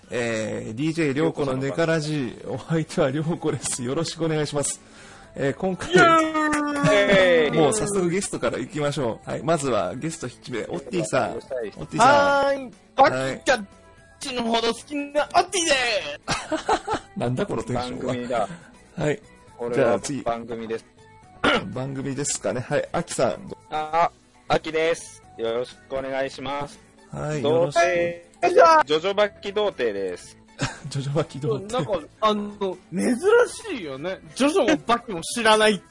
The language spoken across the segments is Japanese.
DJ りょうこのネカラジ、お相手はりょうこです。よろしくお願いします。今回、もう早速ゲストから行きましょう。はい、まずはゲスト1名、オッティさん。オッティさん。 はーい、バッキャッチのほど好きなオッティでーす。なんだこのテンションは。 番組だ。 はい。 じゃあ次。番組です。 番組ですかね。はい、アキさん。 アキです。よろしくお願いします。 はい、 童よろしく。 貞、ジョジョバッキ童貞です。 ジョジョバキ童貞。 なんか、珍しいよね。ジョジョもバキも知らないって。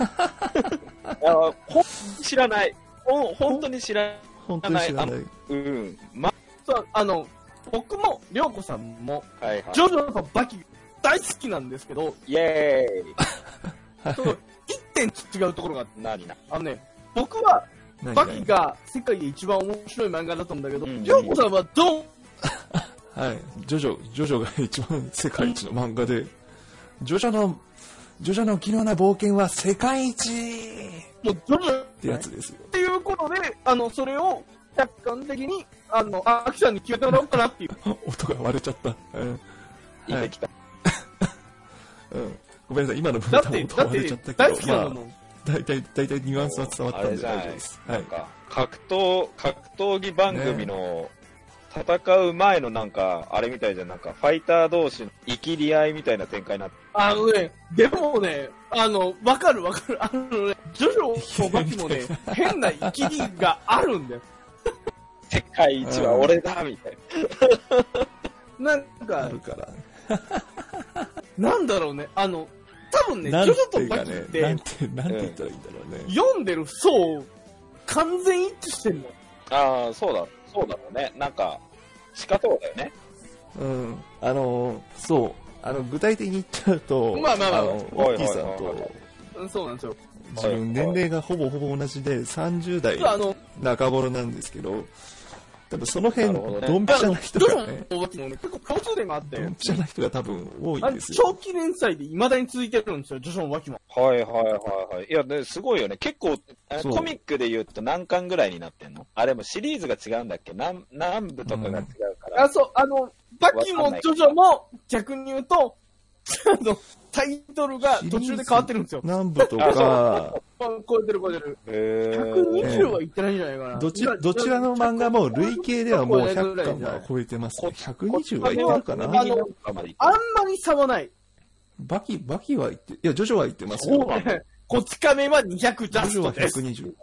知らない。本当に知らない。 本当に知らない。 うん。 そう、僕も、りょうこさんも、 はいはい。 ジョジョとバキ大好きなんですけど、 イエーイ。 一点違うところがあって、 何だ。 僕は、バキが世界で一番面白い漫画だったんだけど、りょうこさんはどうはい、ジョジョが一番世界一の漫画で、ジョジョの奇妙な冒険は世界一もうジョジョってやつですよ。 っていうことで、それを客観的に、アキさんに決めてもらおうかなっていう。 音が割れちゃった。 はい。きた。 うん。ごめんなさい、今の分多分音割れちゃったけど、 大好きなの。 大体ニュアンスは伝わったんで大丈夫です。 なんか、格闘技番組の、戦う前のなんか、あれみたいじゃん、なんか、ファイター同士の生きり合いみたいな展開になって。 でもね、わかる。ジョジョもバキもね、変な生きりがあるんだよ。 世界一は俺だみたいな。なんか、 あるから。 なんだろうね、多分ね、ジョジョとバキって、 なんて言ったらいいんだろうね。 読んでる層、完全一致してんの。 ああ、そうだろうね。なんか、そうだよね。 うん。そう。具体的に言っちゃうと、オッティさんと、 そうなんですよ。 自分、年齢がほぼ同じで、30代中頃なんですけど、多分その辺、ドンピシャな人がね、 結構共通点があって、 ドンピシャな人が多分多いんですよ。 長期連載で未だに続いてるんですよ、ジョジョもバキも。 はい。いや、すごいよね。結構、コミックで言うと何巻ぐらいになってんの？あれもシリーズが違うんだっけ？何部とかが違うから。 バキもジョジョも逆に言うと、タイトルが途中で変わってるんですよ。 何部とか、 超えてる。120はいってないんじゃないかな。 どちらの漫画も累計ではもう100巻は超えてますね。120はいってるかな。 あんまり差はない。 バキは言って、いや、ジョジョは言ってますよ。 こち亀は200ジャストです。 ジョジョは120。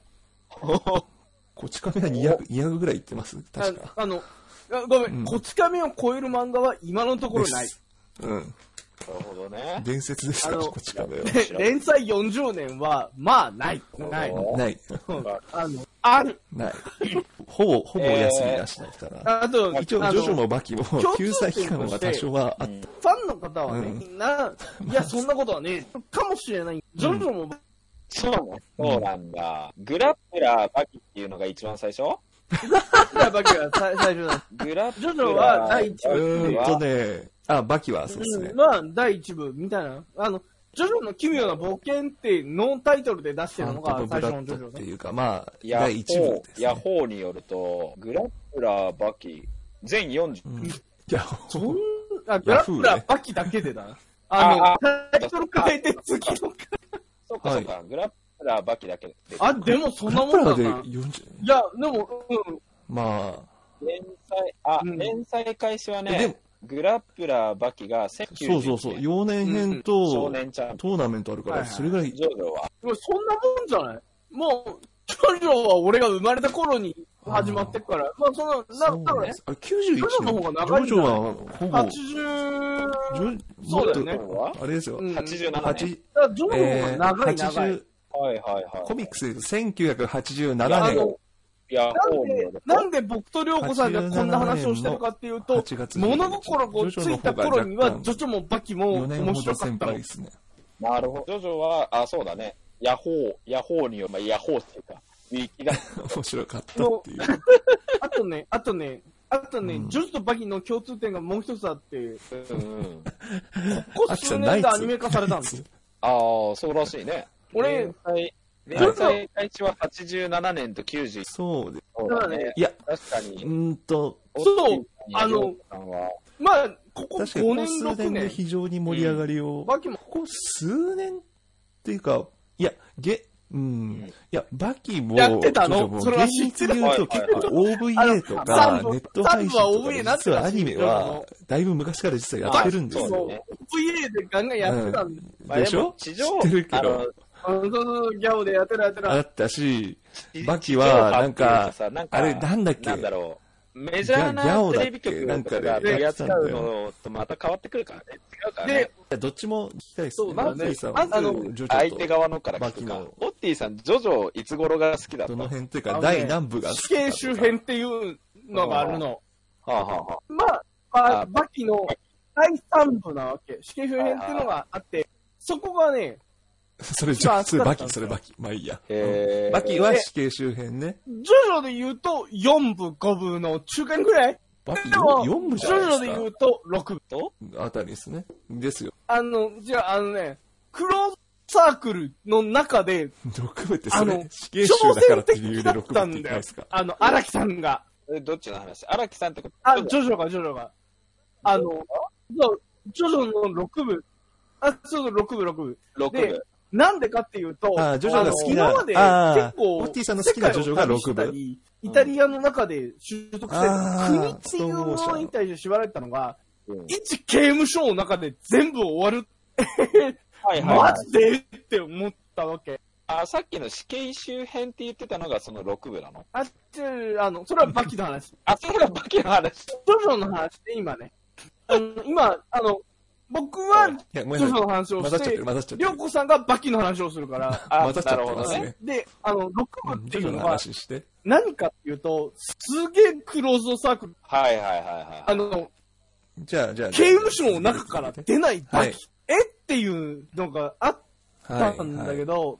こち亀は200ぐらい言ってます。確か。 ごめん、こち亀を超える漫画は今のところない。 うん。 なるほどね。 伝説ですから、こち亀は。 連載40年は、まあ、ない。 ない。 ある。 ない。ほぼ休み出しだったら。一応、ジョジョもバキも、救済期間は多少はあった。 ファンの方はね、みんな、いや、そんなことはね、かもしれない。ジョジョも、 そうなんだ。グラップラーバキっていうのが一番最初？ グラップラーバキは最初だ。 グラップラー。 ジョジョは第一部。 バキはそうですね。 第一部みたいな。ジョジョの奇妙な冒険ってノンタイトルで出してるのが最初のジョジョっていうか、まあ、第一部ですね。 ヤホーによると、グラップラーバキ、全40。 グラップラーバキだけでだ。タイトル変えて次の。 そうか。グラップラーバキだけで。 でもそんなもんだな。いや、でも、 まあ。 連載開始はね、グラップラーバキが 1990そう。幼年編とトーナメントあるから、それぐらい。 ジョジョは。そんなもんじゃない？もう、ジョジョは俺が生まれた頃に始まってくから。まあ、だからね。 91年の方が長いんじゃない？ ジョジョはほぼ。 そうだよね。 あれですよ。 87年。 ジョジョの方が長い。 コミックスで言うと1987年。 なんで僕とりょうこさんがこんな話をしてるかっていうと、物心がついた頃にはジョジョもバキも面白かったの。 なるほど。ジョジョは、そうだね。ヤホーによる、ヤホーっていうか、ウィキが。 面白かったっていう。 あとね、ジョジョとバキの共通点がもう一つあって、ここ数年でアニメ化されたんですよ。 そうらしいね。連載開始は87年と90。 そうです。 だね。 いや、 確かに。 そう。 まあ、ここ 5 年、 6年で非常に盛り上がりを、ここ数年っていうか、いや、いや、バキも、 やってたのそれは厳密に言うと結構 OVA とか、ネット配信とか、実はアニメは、だいぶ昔から実はやってるんですよ。 OVA でガンガンやってたんでしょ知ってるけど。 ギャオでやってるあったし、バキは、なんか、あれ、なんだっけ、 なんだろう。メジャーなテレビ局とかが取り扱うのとまた変わってくるからね。違うからね。 どっちも聞きたいですね。 まず、 相手側のから聞くか。オッティさん、ジョジョいつ頃が好きだったどの辺っていうか、第何部が好き死刑周辺っていうのがあるの。 まあ、バキの第3部なわけ。死刑周辺っていうのがあって、そこがね、 それバキ。まあいいや。バキは死刑周辺ね。 ジョジョで言うと4部、5部の中間ぐらい。 バキ4部じゃないですか。 ジョジョで言うと6部とあたりですね。ですよ。 じゃあクローズサークルの中で、 6部ってそれ、死刑囚だからって理由で6部って言ったんですか。 荒木さんが。 どっちの話荒木さんってこと？ ジョジョが。ジョジョの6部。そう、6部。 6部。 なんでかっていうと、 ジョジョが好きな、 今まで結構、 オッティさんの好きなジョジョが6部。 イタリアの中で習得された国っていうものに対して縛られたのが、一刑務所の中で全部終わる。マジでって思ったわけ。 さっきの死刑周辺って言ってたのがその6部なの？ それはバキの話。 それはバキの話。 ジョジョの話で今ね。今、僕は、ジョジョの話をして、りょうこさんがバキの話をするから。 混ざっちゃってますね。 で、6部っていうのは、 何かっていうと、すげえクローズドサークル。 じゃあ、 刑務所の中から出ないバキ。っていうのがあったんだけど、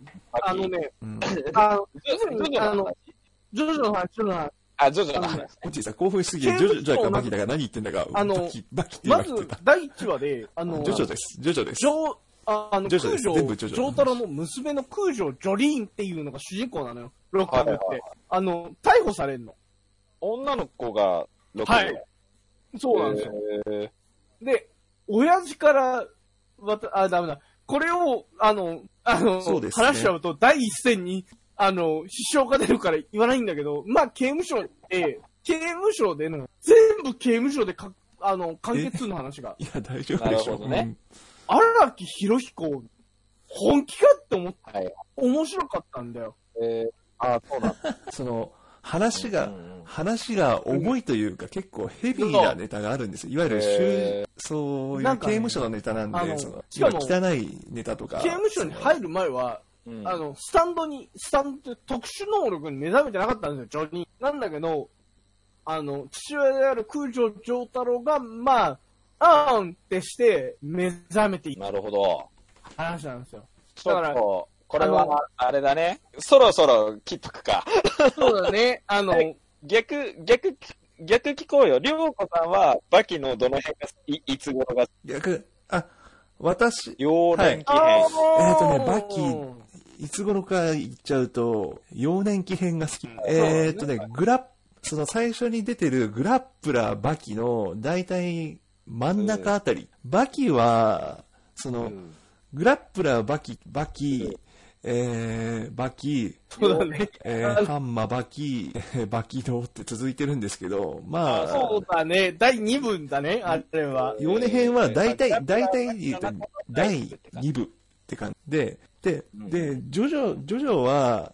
ジョジョの話。 ジョジョの話。 オッチーさん興奮しすぎて、ジョジョかバキだから何言ってんだか、バキって言われてた。 まず、第1話で、 ジョジョです。ジョジョです。 空城、ジョータロの娘の空城ジョリーンっていうのが主人公なのよ。6部って。逮捕されんの。 女の子が6部。 はい。そうなんですよ。で、親父から、ダメだ。これを、話しちゃうと、第一線に、支障が出るから言わないんだけど、まあ、刑務所での、全部刑務所で完結の話が。 いや、大丈夫でしょうね。 荒木博彦、本気かって思って、面白かったんだよ。 そうなんだ。話が重いというか、結構ヘビーなネタがあるんですよ。いわゆるそういう刑務所のネタなんで、 しかも汚いネタとか。 刑務所に入る前は、スタンドって特殊能力に目覚めてなかったんですよ、ジョニー。なんだけど、父親である空城城太郎が、まあ、ってして目覚めていった。 なるほど。 話なんですよ。 だから、これは、あれだね。そろそろ切っとくか。 そうだね。 逆聞こうよ。りょうこさんは、バキのどの辺がいつ頃が私、 幼年期編。 バキ、いつ頃か言っちゃうと、幼年期編が好き。その最初に出てるグラップラーバキの、だいたい真ん中あたり。バキは、グラップラーバキ、 そうだね。 ハンマーバキドーって続いてるんですけど、まあ。 そうだね。第2部だね、あれは。 ヨネ編は大体言うと第2部って感じで、ジョジョは、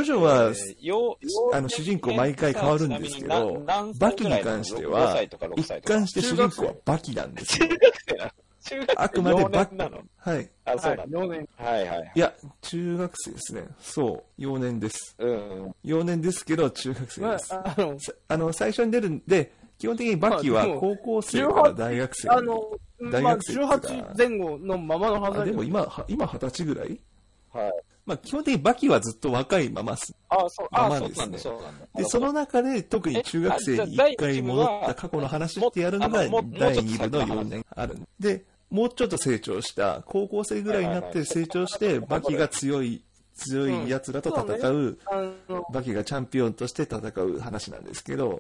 主人公毎回変わるんですけど、バキに関しては、一貫して主人公はバキなんですよ。あくまでバキなの。はい。 そうだ。幼年。 いや、中学生ですね。そう、幼年です。幼年ですけど、中学生です。最初に出るんで、基本的にバキは高校生から大学生。 大学生。18前後のままのはずだでも今20歳ぐらい？はい。まあ基本的にバキはずっと若いままです。 そうですね。 で、その中で特に中学生に一回戻った過去の話ってやるのが第2部の4年あるんで、もうちょっと成長した、高校生ぐらいになって成長して、バキが強い奴らと戦う、バキがチャンピオンとして戦う話なんですけど、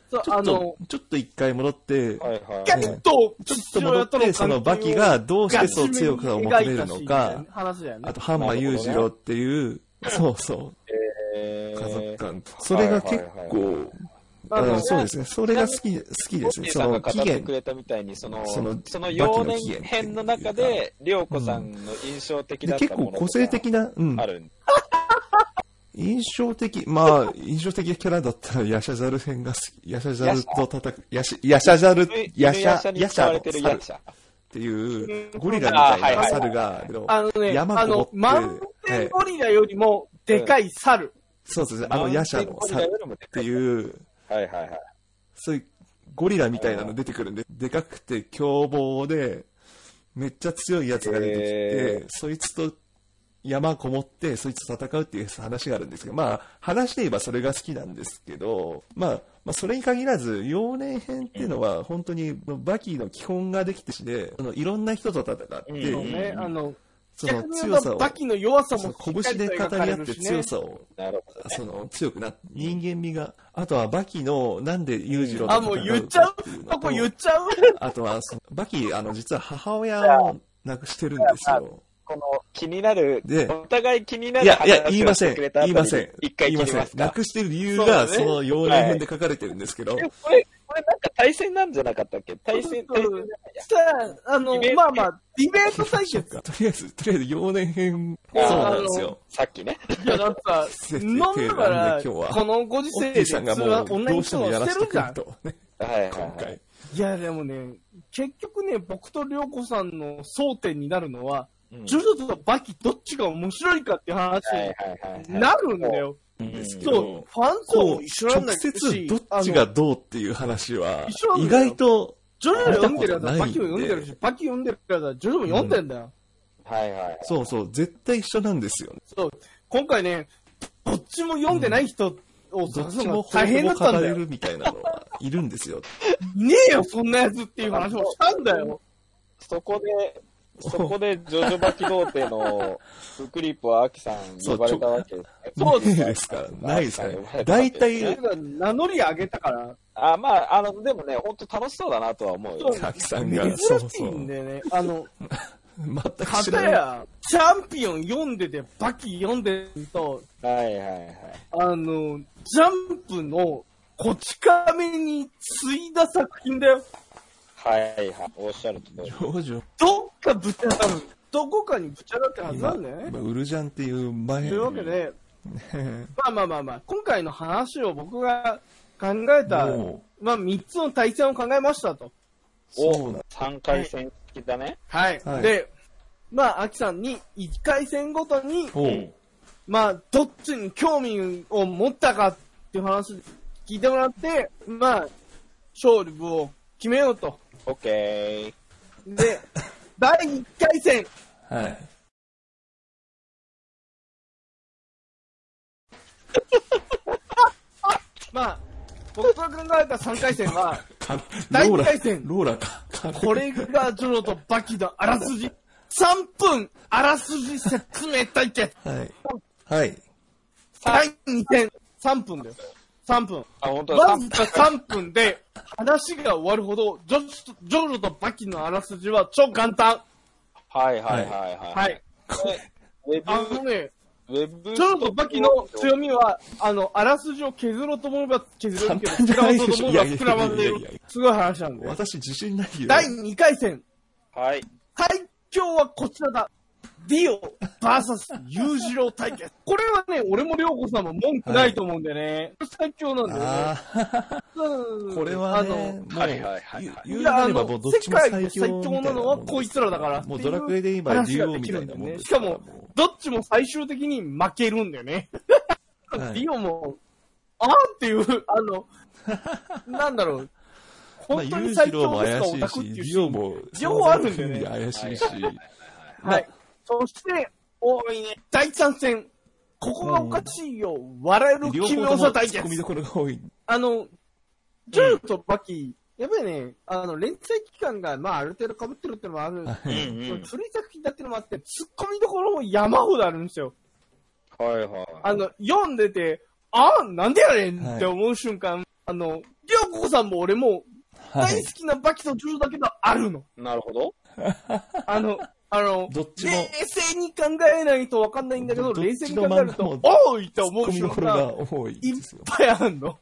ちょっと一回戻って、 ちょっと戻って、そのバキがどうしてそう強さを求めるのか、あと、ハンマ裕次郎っていう、そうそう、家族観。それが結構、そうですね。それが好きですね。 その語ってくれたみたいに、その幼年編の中で、涼子さんの印象的だったものが、 結構個性的な、ある。印象的キャラだったら、ヤシャザル編が好き。ヤシャザルと戦う、ヤシャザル、ヤシャの猿っていう、ゴリラみたいな猿が、山こもって、 マウンテンゴリラよりもでかい猿。 そうですね。ヤシャの猿っていう、そういうゴリラみたいなの出てくるんで、でかくて凶暴で、めっちゃ強いやつが出てきて、そいつと山こもって、そいつと戦うっていう話があるんですけど、まあ、話で言えばそれが好きなんですけど、まあ、それに限らず、幼年編っていうのは、本当にバキの基本ができてしで、いろんな人と戦って、その強さを、 バキの弱さも拳で語り合って強さを、強くなって、人間味が、あとはバキの、なんで裕次郎と戦うかっていうのと、 もう言っちゃうそこ言っちゃうあとは、バキ、実は母親を亡くしてるんですよ。 この気になる、お互い気になる話をしてくれた後に一回切りますか。 亡くしてる理由が、その幼年編で書かれてるんですけど。 これなんか対戦なんじゃなかったっけ？対戦まあ、ディベート対決か。 とりあえず幼年編、そうなんですよ。 さっきね。 いや、だってさ、飲んだから、このご時世で、 さんがもう、どうしてもやらせてくれと。 今回。 いや、でもね、結局ね、僕と涼子さんの争点になるのは、ジョジョとバキどっちが面白いかっていう話になるんだよ。そう、ファン層も一緒なんだけど、 直接どっちがどうっていう話は、意外と、 ジョジョ読んでるやつはバキを読んでるし、バキ読んでるやつはジョジョも読んでんだよ。 そうそう、絶対一緒なんですよね。 そう、今回ね、どっちも読んでない人を探すのが大変だったんだよ。 みたいなのはいるんですよ。 いねえよ、そんなやつっていう話をしたんだよ。 そこでジョジョバキ童貞のスクリップはアキさん呼ばれたわけです。 そうですか。ないですかね。大体。 名乗り上げたから。 でもね、本当楽しそうだなとは思うよ。 アキさんが。 珍しいんでね。 全く知らない。片や、チャンピオン読んでて、バキ読んでると、ジャンプのこち亀に継いだ作品だよ。 おっしゃるとおり。 どっかぶち当たる。どこかにぶち当たってはずなんだよね。 ウルジャンっていう前。 というわけで、まあ、今回の話を僕が考えた、3つの対戦を考えましたと。 そうだ。 3回戦好きだね。 はい。で、アキさんに1回戦ごとに、どっちに興味を持ったかっていう話聞いてもらって、勝負を決めようと。 オッケー。で、第1回戦。僕が考えた3回戦は、第1回戦。 ローラか。 これがジョジョとバキのあらすじ。3分、あらすじ説明対決。 はい。 第2戦、3分です。3分。 本当だ。 わずか3分で話が終わるほど、ジョジョとバキのあらすじは超簡単。 はい。 ジョジョとバキの強みは、あらすじを削ろうと思えば削れるけど、膨らまそうと思えば膨らませる。すごい話なんで。 私自信ないよ。 第2回戦。 はい。 最強はこちらだ。ディオ VS 裕次郎対決。これはね、俺も涼子さんも文句ないと思うんでね。最強なんだよね。 これはね、 言うなればもうどっちも最強なのはこいつらだから。 もうドラクエで今竜王みたいなもん。 しかも、どっちも最終的に負けるんだよね。ディオも、っていう、なんだろう。本当に最強ですかオタクっていうシーン。両方あるんだよね。 怪しいし。 はい。そして、第3戦。ここがおかしいよ。笑える奇妙さ対決。 ツッコミどころが多い。 ジョジョとバキ、やっぱりね、連載期間が、ある程度被ってるってのもある。古い作品だってのもあって、ツッコミどころも山ほどあるんですよ。読んでて、なんでやねんって思う瞬間、 りょうこさんも俺も、大好きなバキとジョジョだけどあるの。 なるほど。 どっちも冷静に考えないとわかんないんだけど、冷静に考えると、おーいって思う瞬間がいっぱいあるの。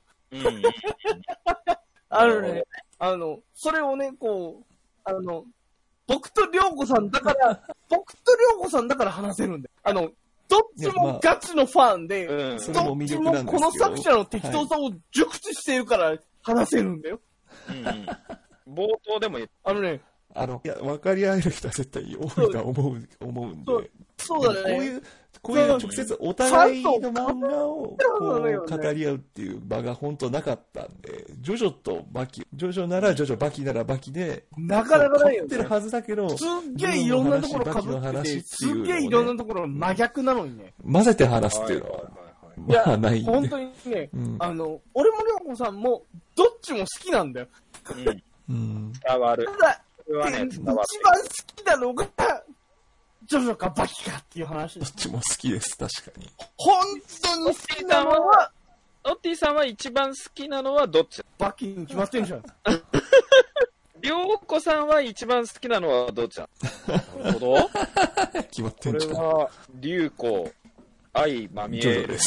それをね、こう、僕とりょうこさんだから話せるんで。どっちもガチのファンで、どっちもこの作者の適当さを熟知しているから話せるんだよ。 冒頭でも言っいや、分かり合える人は絶対多いと思うんで。 そうだね。 こういう直接お互いの漫画を語り合うっていう場が本当なかったんで、ジョジョとバキ、ジョジョならジョジョ、バキならバキで、 なかなかないよね。 被ってるはずだけど、 すっげえいろんなところ被ってて、すっげえいろんなところ真逆なのにね。 混ぜて話すっていうのは、まあないんで。 本当にね、俺もりょうこさんも、どっちも好きなんだよ。 伝わる。 ただ、一番好きなのが、ジョジョかバキかっていう話。 どっちも好きです、確かに。 本当に好きなのは、 オッティさんは一番好きなのはどっち？ バキに決まってんじゃん。 りょうこさんは一番好きなのはどっちだ？なるほど。 決まってんじゃん。 これは、龍子、愛まみえ。 ジョジョです。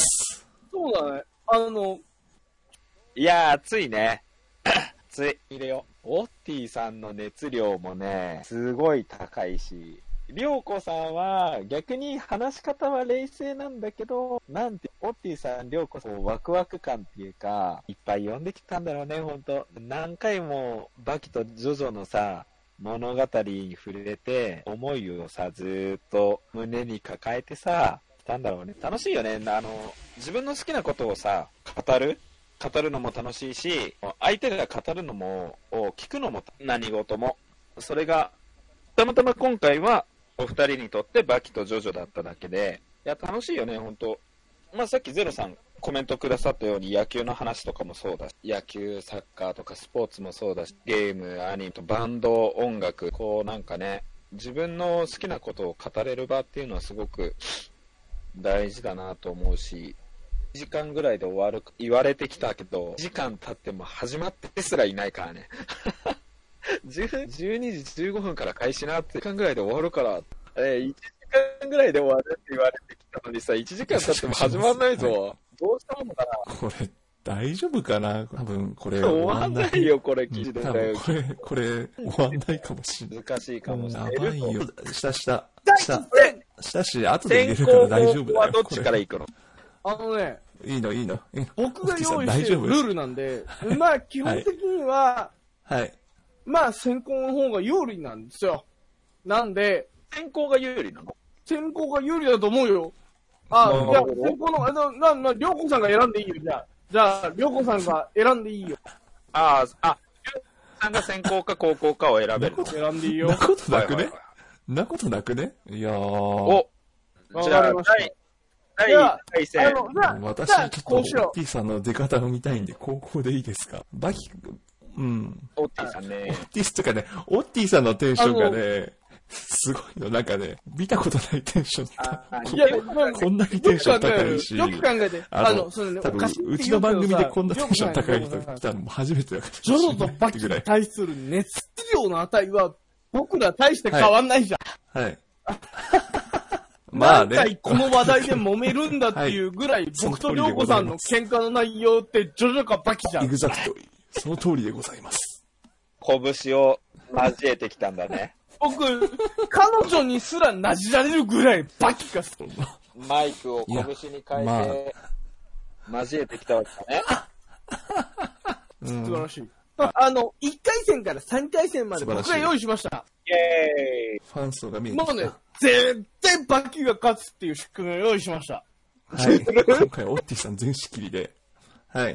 そうだね。 いやー、熱いね。熱い。入れよう。オッティさんの熱量もね、すごい高いし、りょうこさんは逆に話し方は冷静なんだけど、なんて、オッティさん、りょうこさんワクワク感っていうか、いっぱい読んできたんだろうね、ほんと。何回もバキとジョジョのさ、物語に触れて、思いをさ、ずーっと胸に抱えてさ、なんだろうね。楽しいよね。自分の好きなことをさ、語るのも楽しいし、相手が語るのも、聞くのも何事も。それが、たまたま今回は、お二人にとってバキとジョジョだっただけで、いや、楽しいよね、ほんと。まあ、さっきゼロさんコメントくださったように野球の話とかもそうだし、野球、サッカーとかスポーツもそうだし、ゲーム、アニメとバンド、音楽、こうなんかね、自分の好きなことを語れる場っていうのはすごく大事だなと思うし、1時間ぐらいで終わる言われてきたけど、1時間経っても始まってすらいないからね。12時15分から開始なって1時間ぐらいで終わるから、1時間ぐらいで終わるって言われてきたのにさ、1時間経っても始まんないぞ。はい、どうしたものかな。 これ、大丈夫かな？多分これ終わんないよ、これ、記事で。 多分これ、終わんないかもしれない。 難しいかもしれない。 やばいよ。下し、後で入れるから大丈夫だよ。 はどっちから行くの？ いいの。 僕が用意してるルールなんで、まあ、基本的には、 はい。 まあ、先行の方が有利なんですよ。なんで、 先行が有利なの？ 先行が有利だと思うよ。じゃあ、先行の、りょうこさんが選んでいいよ、じゃあ、りょうこさんが選んでいいよ。 りょうさんが先行か後攻かを選べる。 選んでいいよ。 なことなくね？なことなくね？いやー。 お、じゃあ、第1回戦。 私、ちょっと、オッティさんの出方を見たいんで、後攻でいいですか？バキ、 オッティさんね。 オッティスとかね、オッティさんのテンションがね、すごいの、なんかね、見たことないテンション。こんなにテンション高いし。 よく考えて、 多分、うちの番組でこんなテンション高い人来たのも初めてだから。 ジョジョとバキに対する熱量の値は、僕ら大して変わんないじゃん。はい。まあね。何回この話題で揉めるんだっていうぐらい、僕とりょうこさんの喧嘩の内容って、ジョジョかバキじゃん。 エグザクトリー。その通りでございます。 拳を交えてきたんだね。 僕、彼女にすらなじられるぐらいバキが好き。 マイクを拳に変えて、交えてきたわけだね。 素晴らしい。1回戦から3回戦まで僕が用意しました。 イェーイ。 ファン層が見えてきた。 もうね、絶対バキが勝つっていう仕組みを用意しました。 はい。今回、オッティさん全仕切りで。はい。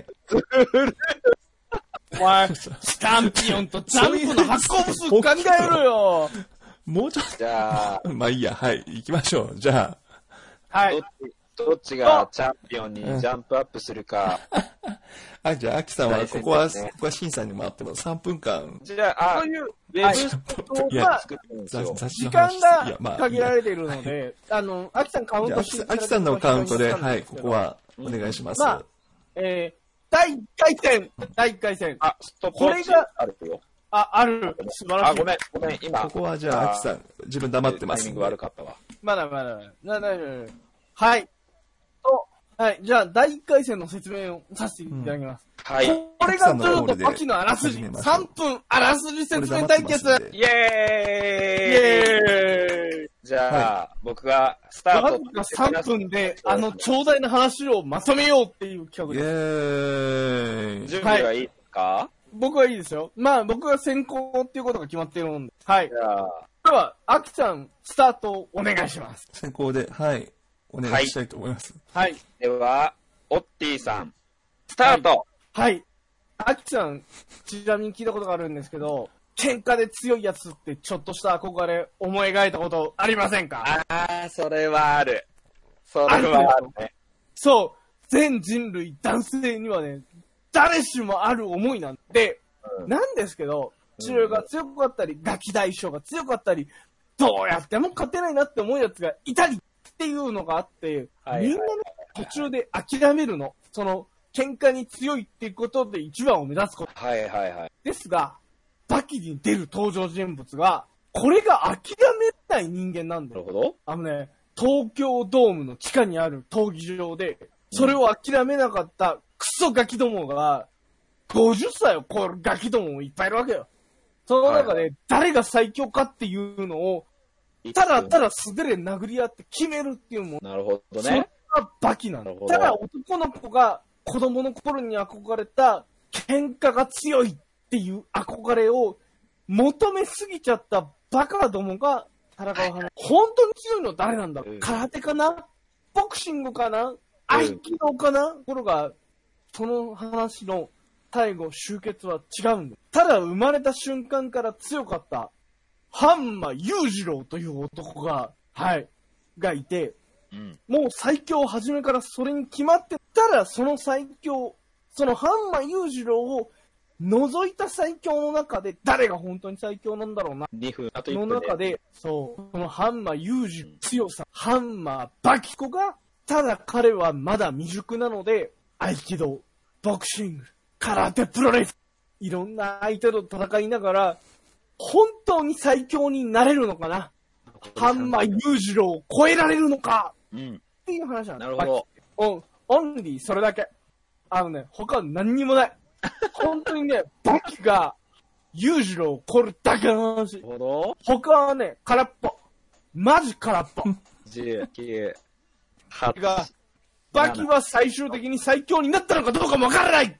お前、チャンピオンとジャンプの発行部数考えろよ。 もうちょっと。 じゃあ。 まあいいや、はい。行きましょう。じゃあ。はい。どっちがチャンピオンにジャンプアップするか。 じゃあ、アキさんは、ここは審査に回っても3分間。 じゃあ、 そういう、ウェブストが、時間が限られているので、アキさんカウントして。 アキさんのカウントで、はい、ここはお願いします。 まあ、 第1回戦。 ストップウォッチあるよ。 ある。素晴らしい。 ごめん、今。 ここはじゃあ、アキさん、自分黙ってます。 タイミング悪かったわ。 まだ。はい。はい。じゃあ、第1回戦の説明をさせていただきます。 はい。 これがずっと秋のあらすじ。3分あらすじ説明対決。 イエーイじゃあ、僕がスタート。 3分で、長大な話をまとめようっていう企画です。 イエーイ。 準備はいいですか？ 僕はいいですよ。まあ、僕が先行っていうことが決まっているもんで。はい。 じゃあ。 では、秋ちゃん、スタートお願いします。 先行で、はい。お願いしたいと思います。 はい。 では、オッティさん、スタート。 はい。秋ちゃん、ちなみに聞いたことがあるんですけど、喧嘩で強いやつってちょっとした憧れ思い描いたことありませんか？ それはある。それはあるね。 そう。全人類男性にはね、誰しもある思いなんで、なんですけど、父親が強かったり、ガキ大将が強かったり、どうやっても勝てないなって思うやつがいたりっていうのがあって、みんなね、途中で諦めるの。その、喧嘩に強いっていうことで一番を目指すこと。ですが、バキに出る登場人物が、これが諦めない人間なんだよ。 なるほど。 東京ドームの地下にある闘技場で、それを諦めなかったクソガキどもが、50歳を超えるガキどももいっぱいいるわけよ。その中で、誰が最強かっていうのを、ただ素手で殴り合って決めるっていうもの。 なるほどね。 それがバキなんだ。ただ男の子が子供の頃に憧れた喧嘩が強いっていう憧れを求めすぎちゃったバカどもが戦う話。本当に強いの誰なんだろう、空手かな、ボクシングかな、合気道かな、ところが、その話の最後、終結は違うんだ。ただ生まれた瞬間から強かった、半間裕次郎という男が、がいて、もう最強初めからそれに決まってたら、その最強、その半間裕次郎を除いた最強の中で、誰が本当に最強なんだろうな。 2分、あと1 分。の中で、その半間裕次郎、強さ、半間バキコが、ただ彼はまだ未熟なので、合気道、ボクシング、空手、プロレス、いろんな相手と戦いながら、本当に最強になれるのかな、半間裕次郎を超えられるのか、っていう話なんだ。 なるほど。 オンリーそれだけ。他は何にもない。本当にね、バキが裕次郎を超えるだけの話。 なるほど。 他はね、空っぽ。マジ空っぽ。 10、9、 8。バキは最終的に最強になったのかどうかもわからない。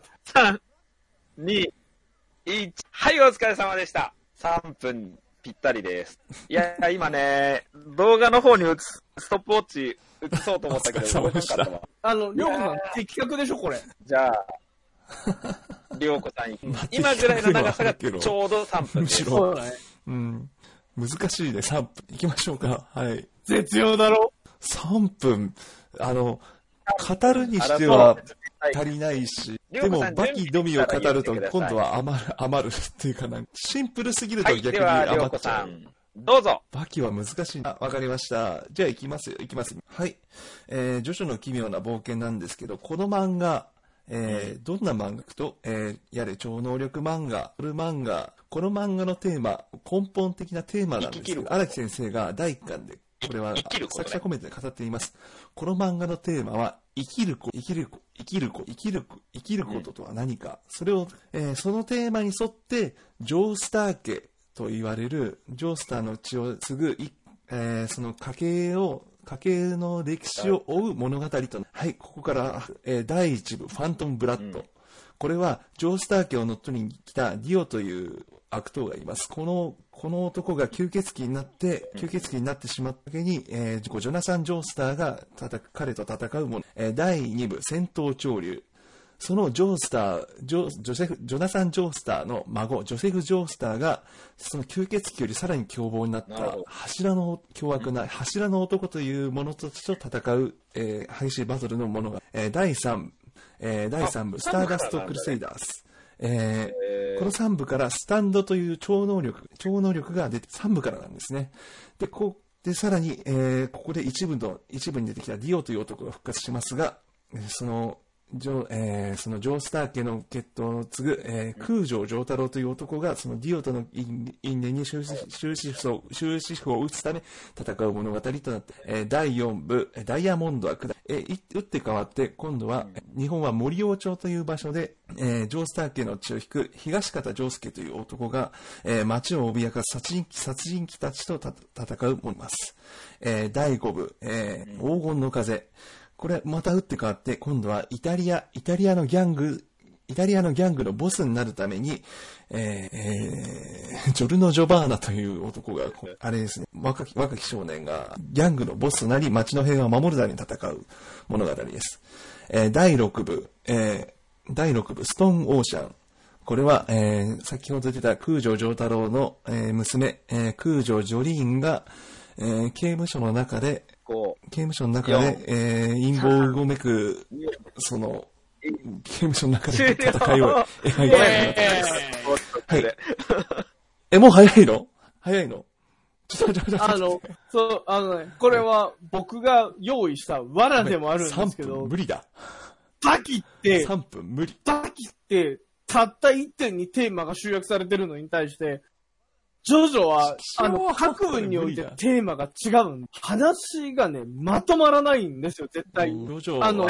3、2、1。はい、お疲れ様でした。3分ぴったりです。いや、今ね、動画の方にストップウォッチ映そうと思ったけど、動かなかったわ。 りょうこさん、的確でしょ、これ。 じゃあ、りょうこさん、今ぐらいの長さがちょうど3分です。 そうだね。 難しいね、3分。行きましょうか。はい。 絶妙だろ。 3分、語るにしては足りないし、でもバキのみを語ると今度は余るっていうかな、シンプルすぎると逆に余っちゃう。 どうぞ。 バキは難しいな。わかりました。じゃあ行きますよ。はい。ジョジョの奇妙な冒険なんですけど、この漫画、どんな漫画と、やれ超能力漫画、この漫画のテーマ、根本的なテーマなんですけど、荒木先生が第1巻で、これは作者コメントで語っています。この漫画のテーマは、生きることとは何か。それを、そのテーマに沿って、ジョースター家と言われる、ジョースターの血を継ぐ、その家系の歴史を追う物語と、はい、ここから、第1部、ファントムブラッド。これは、ジョースター家を乗っ取りに来たディオという悪党がいます。この男が吸血鬼になってしまった時に、ジョナサン・ジョースターが彼と戦うもの。第2部、戦闘潮流。そのジョナサン・ジョースターの孫、ジョセフ・ジョースターが、その吸血鬼よりさらに凶暴になった、凶悪な柱の男というものと戦う、激しいバトルのものが、第3部、スターダスト・クルセイダース。この3部からスタンドという超能力が出て、3部からなんですね。で、さらに、ここで一部に出てきたディオという男が復活しますが、その、 そのジョースター家の血統を継ぐ、空城城太郎という男がそのディオとの因縁に終止符を打つため戦う物語となって、第4部ダイヤモンドは下り、打って変わって今度は日本は森王町という場所で、ジョースター家の血を引く東方丈介という男が、町を脅かす殺人鬼たちと戦うものです。第5部、黄金の風。これまた打って変わって今度はイタリアのギャングのボスになるために、ジョルノ・ジョバーナという男が、あれですね、若き少年がギャングのボスとなり町の平和を守るために戦う物語です。第6部、ストーン・オーシャン。これは、先ほど出た空城城太郎の、娘、空城ジョリーンが、刑務所の中で、陰謀をうごめく、その、刑務所の中で戦いを描いてはい。もう早いのこれは僕が用意した罠でもあるんですけど。 3分無理だ。 バキって、 3分無理。 バキって、たった1点にテーマが集約されてるのに対して、ジョジョは、各分においてテーマが違うん。話がね、まとまらないんですよ、絶対。逆に言う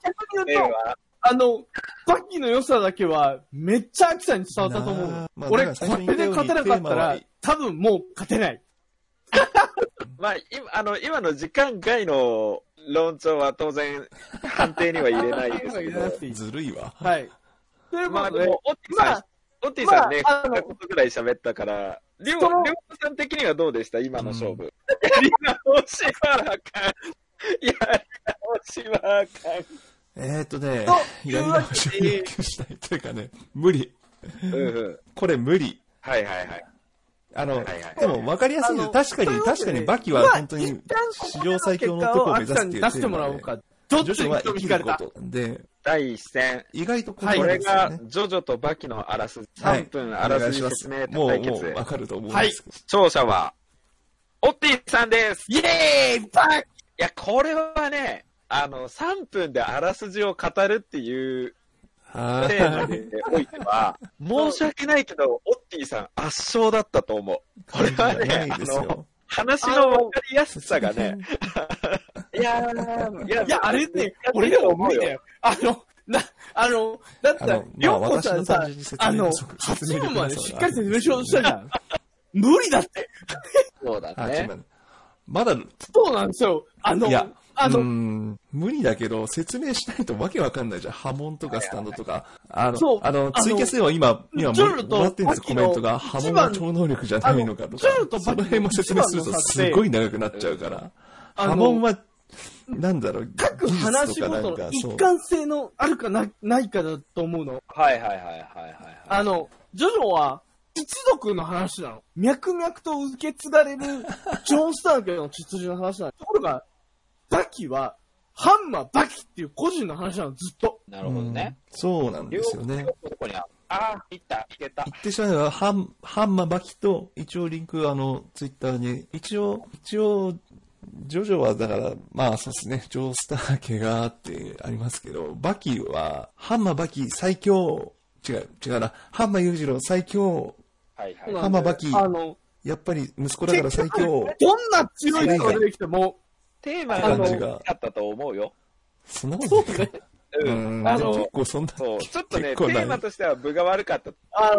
と、バキの良さだけは、めっちゃアキさんに伝わったと思う。俺、これで勝てなかったら、多分もう勝てない。 まあ、今の時間外の論調は当然、判定には入れないですけど。 ずるいわ。 はい。 まあでも、オッティさんね、片言ぐらい喋ったから、りょうさん的にはどうでした今の勝負。やり直しはあかん。やり直しはあかん。 やり直しを要求したいというかね、無理。これ無理。 はいはいはい。 でも分かりやすいです。確かにバキは本当に史上最強の男を目指すっていうテーマで、ジョジョは生きることで、 第一戦。 意外とこれがジョジョとバキのあらす3分あらすじ説明対決。 もう分かると思うんですけど。 勝者は、オッティさんです。 イエーイバキ！いや、これはね、3分であらすじを語るっていうテーマにおいては、申し訳ないけど、オッティさん圧勝だったと思う。これはね、話の分かりやすさがね、いや、 あれね、俺でも無理だよ。だったら、りょうこさんさ、8分までしっかり説明しようとしたじゃん。無理だって。 そうだね。 まだ、 そうなんですよ。 無理だけど、説明しないとわけわかんないじゃん。波紋とかスタンドとか。ツイキャスでは今もらってるんですコメントが、波紋が超能力じゃないのかとか。その辺も説明するとすごい長くなっちゃうから。波紋は、なんだろう、 各話ごとの一貫性のあるかないかだと思うの。 はい。 ジョジョは、一族の話なの。脈々と受け継がれる、ジョン・スター家の血筋の話なの。ところが、バキは、ハンマーバキっていう個人の話なの、ずっと。 なるほどね。 そうなんですよね。 いけた。 言ってしまえば、ハンマーバキと、一応リンク、ツイッターに、一応、ジョジョはだから、まあそうですね、ジョースター家があってありますけど、バキは、ハンマーバキ最強、違うな、ハンマー裕次郎最強、ハンマーバキ、やっぱり息子だから最強。どんな強い人が出てきても、 テーマがあったと思うよ。 そんなことない。結構そんな。 そう。ちょっとね、テーマとしては分が悪かった。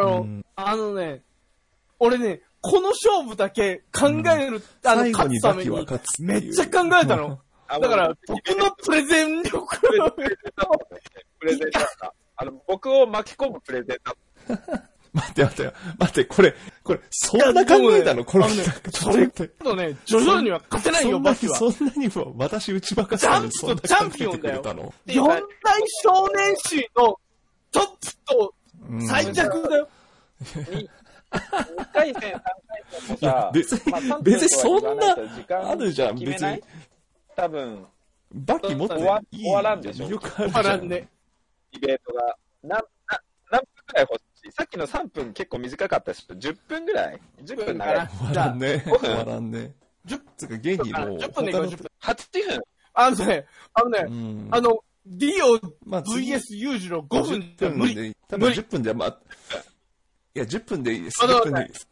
俺ね、この勝負だけ考える、勝つために、めっちゃ考えたの。だから、僕のプレゼン力。 プレゼンだった。僕を巻き込むプレゼンだった。 待って、これ、そんな考えたのこの企画。 それとね、ジョジョには勝てないよ、バキは。 そんなにも、私打ち負かしたのにチャンピオンだよ。四大少年誌のトップと最弱だよ。 2回戦、3回戦とか、 別にそんな、あるじゃん、別に。 多分、 バキもっと終わらんでしょ。 終わらんね。 ディベートが。何分くらい欲しい？さっきの3分結構短かったし、10分ぐらい ?10 分長い。 終わらんね。終わらんね。つうか、現にもう。 10分でいこう、10分。 8分。 ディオ VS 裕次郎5分で無理。 多分10分でいや、10分でいいです。10分でいいです。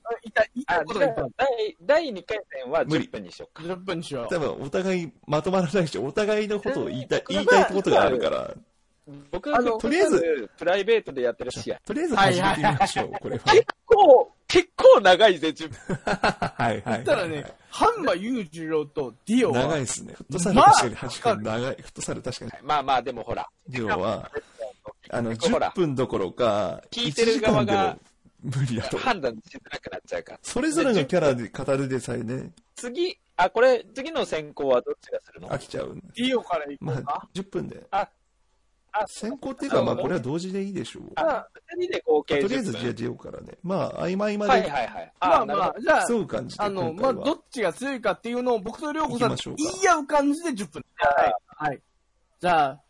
第2回戦は10分にしようか。 10分にしよう。 多分お互いまとまらないし、お互いのことを言いたいことがあるから。 僕とりあえずプライベートでやってる試合。 とりあえず始めてみましょう、これは。 結構長いぜ、10分。 はいはい。 そしたらね、ハンマ裕次郎とディオは。 長いですね。フットサル確かに長い。フットサル確かに。 まあまあ、でもほら。 ディオは、10分どころか、 聞いてる側が無理だと。 判断しづらくなっちゃうから。 それぞれのキャラで語るでさえね。 次の先行はどっちがするの？ 飽きちゃう。 ディオから行こうか。 まあ、10分で。先行っていうか、まあ、これは同時でいいでしょう。 2人で合計とりあえず、じゃあ、ディオからね。まあ、合間で。 はいはいはい。 まあ、じゃあ、 そう感じで。 まあ、どっちが強いかっていうのを僕とりょうこさん言い合う感じで10分。はい。じゃあ、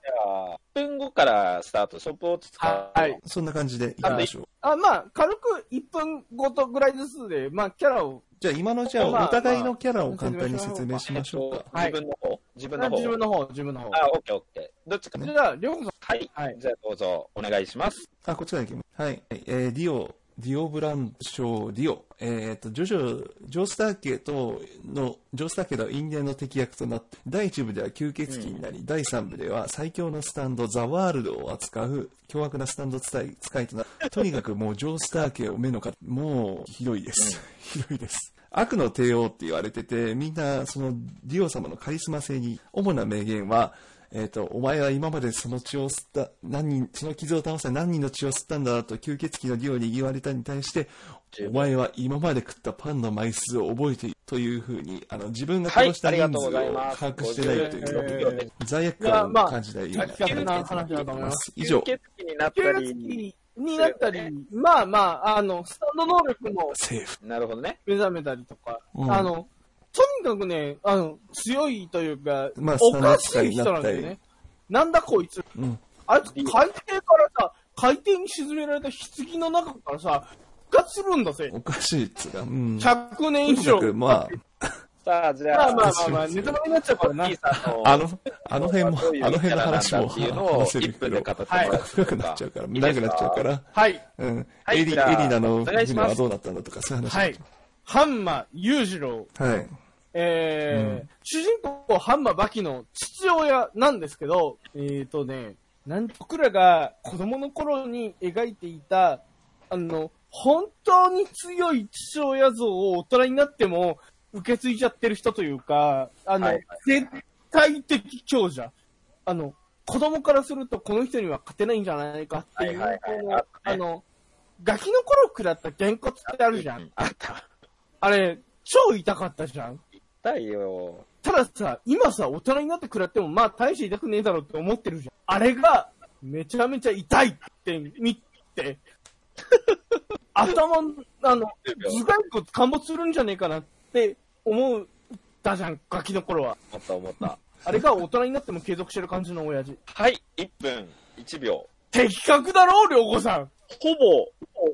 1分後からスタート、ショップを使う。 はい。そんな感じでいきましょう。 まあ、軽く1分ごとぐらいずつで、まあ、キャラを。 じゃあ、今のお互いのキャラを簡単に説明しましょうか。 自分の方。 自分の方。 オッケーオッケー。どっちかね。 じゃあ、りょうこさん。 はい。じゃあ、どうぞ、お願いします。 こっちから行きます。はい。ディオブラン賞ディオ。ジョースター家の因縁の敵役となって、第1部では吸血鬼になり、第3部では最強のスタンド、ザ・ワールドを扱う凶悪なスタンド使いとなる。とにかくもうジョースター家を目のか、もうひどいです。ひどいです。悪の帝王って言われてて、みんなそのディオ様のカリスマ性に、主な名言は、お前は今までその傷を倒した何人の血を吸ったんだと吸血鬼のディオに言われたに対して、お前は今まで食ったパンの枚数を覚えているというふうに、自分が殺した人数を把握してないという、罪悪感を感じないような話だと思います。以上。 吸血鬼になったり、 まあ、スタンド能力も、 セーフ。 なるほどね。 目覚めたりとか、とにかくね、強いというか、 まあ、 おかしい人なんだよね。なんだこいつ。あいつ、海底からさ、海底に沈められた棺の中からさ、復活するんだぜ。 おかしいっつうか、 100年以上。 まあ、 さあ、じゃあ、 まあ、ネタバレになっちゃうからな。 あの辺の話も話せるけど、長くなっちゃうから、 はい。 エリナの船はどうなったんだとか、そういう話。 はい。ハンマ裕次郎。 はい。 主人公ハンマバキの父親なんですけど、僕らが子供の頃に描いていた、本当に強い父親像を大人になっても受け継いじゃってる人というか、絶対的強者。子供からするとこの人には勝てないんじゃないかっていう、ガキの頃食らったげんこつってあるじゃん。 あった。 あれ、超痛かったじゃん。 痛いよ。 たださ、今さ、大人になって食らっても、まあ、大して痛くねえだろうって思ってるじゃん。あれが、めちゃめちゃ痛いって見て、頭、頭蓋骨陥没するんじゃねえかなって思ったじゃん、ガキの頃は。 思った。 あれが大人になっても継続してる感じの親父。 はい、1分1秒。 的確だろ、良子さん。 ほぼ。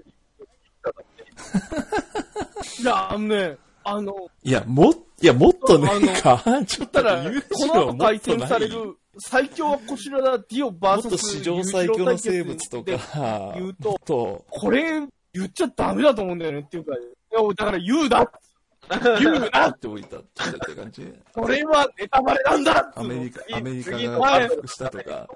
いや、 いや、もっとねえか。ちょっとこの後対戦される最強はこちらだ、ディオバーサス。 もっと史上最強の生物とか。 言うと、これ言っちゃダメだと思うんだよねっていうか、だから言うなって置いたって感じ。 これはネタバレなんだアメリカが回復したとか、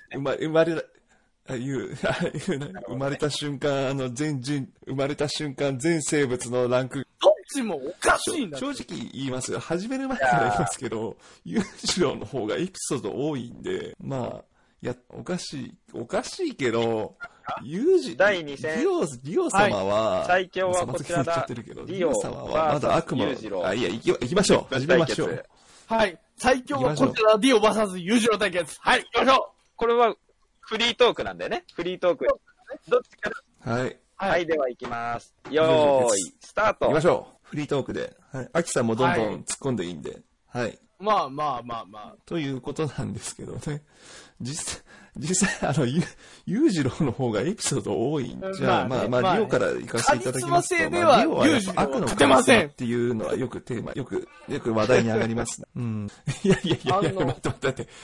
生まれた瞬間、生まれた瞬間、全生物のランク。 どっちもおかしいんだ。 正直言いますよ。始める前から言いますけど、裕次郎の方がエピソード多いんで、まあ、おかしいけど、 第2戦。 ディオ様は、 最強はこちらだ。 ディオ様はまだ悪魔の、行きましょう。始めましょう。 はい。最強はこちら、ディオ VS 裕次郎対決。はい、行きましょう。 これは、フリートークなんだよね。フリートーク。どっちかはい。 はい、では行きます。よーい、スタート。 行きましょう。フリートークで。はい。アキさんもどんどん突っ込んでいいんで。はい。 まあ。 ということなんですけどね。実際、裕次郎の方がエピソード多いんじゃあ、まあ、リオから行かせていただきますと、 リオは悪のカリスマっていうのはよくテーマ、よく話題に上がります。うん。いや、待って。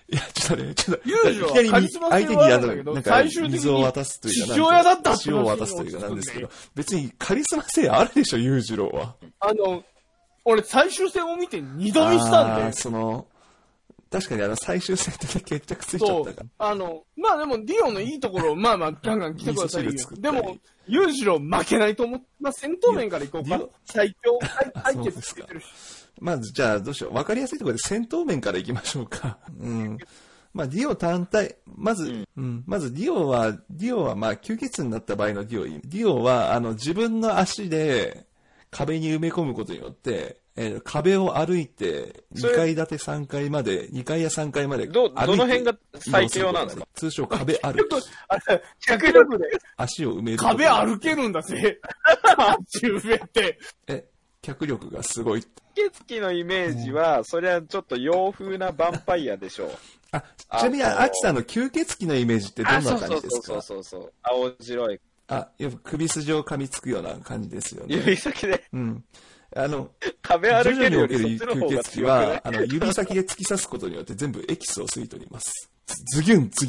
いや、ちょっとね、 裕次郎はカリスマ性はあるんだけど、最終的に水を渡すというか、 父親だったって塩を渡すというかなんですけど、別にカリスマ性あるでしょ、裕次郎は。 俺最終戦を見て二度見したんで。 確かに最終戦で決着ついちゃったから。 まあでもディオのいいところをまあまあガンガン来てくださいよ。でも、裕次郎負けないと思って、まあ戦闘面からいこうか。最強対決つけてるし。 まずじゃあどうしよう。わかりやすいところで戦闘面からいきましょうか。うん。まあディオ単体、まずディオはまあ吸血になった場合のディオは自分の足で壁に埋め込むことによって、壁を歩いて、2階建て3階まで、2階や3階までどの辺が最強なんですか？ 通称壁歩き。 脚力で足を埋める。 壁歩けるんだぜ。足埋めて。 脚力がすごい。 吸血鬼のイメージは、それはちょっと洋風なヴァンパイアでしょう。 ちなみに、アキさんの吸血鬼のイメージってどんな感じですか？ そう。青白い。 よく首筋を噛みつくような感じですよね。 指先で。 うん。 壁歩けるよりそっちの方が吸血鬼は、指先で突き刺すことによって全部エキスを吸い取ります。ズギュンって。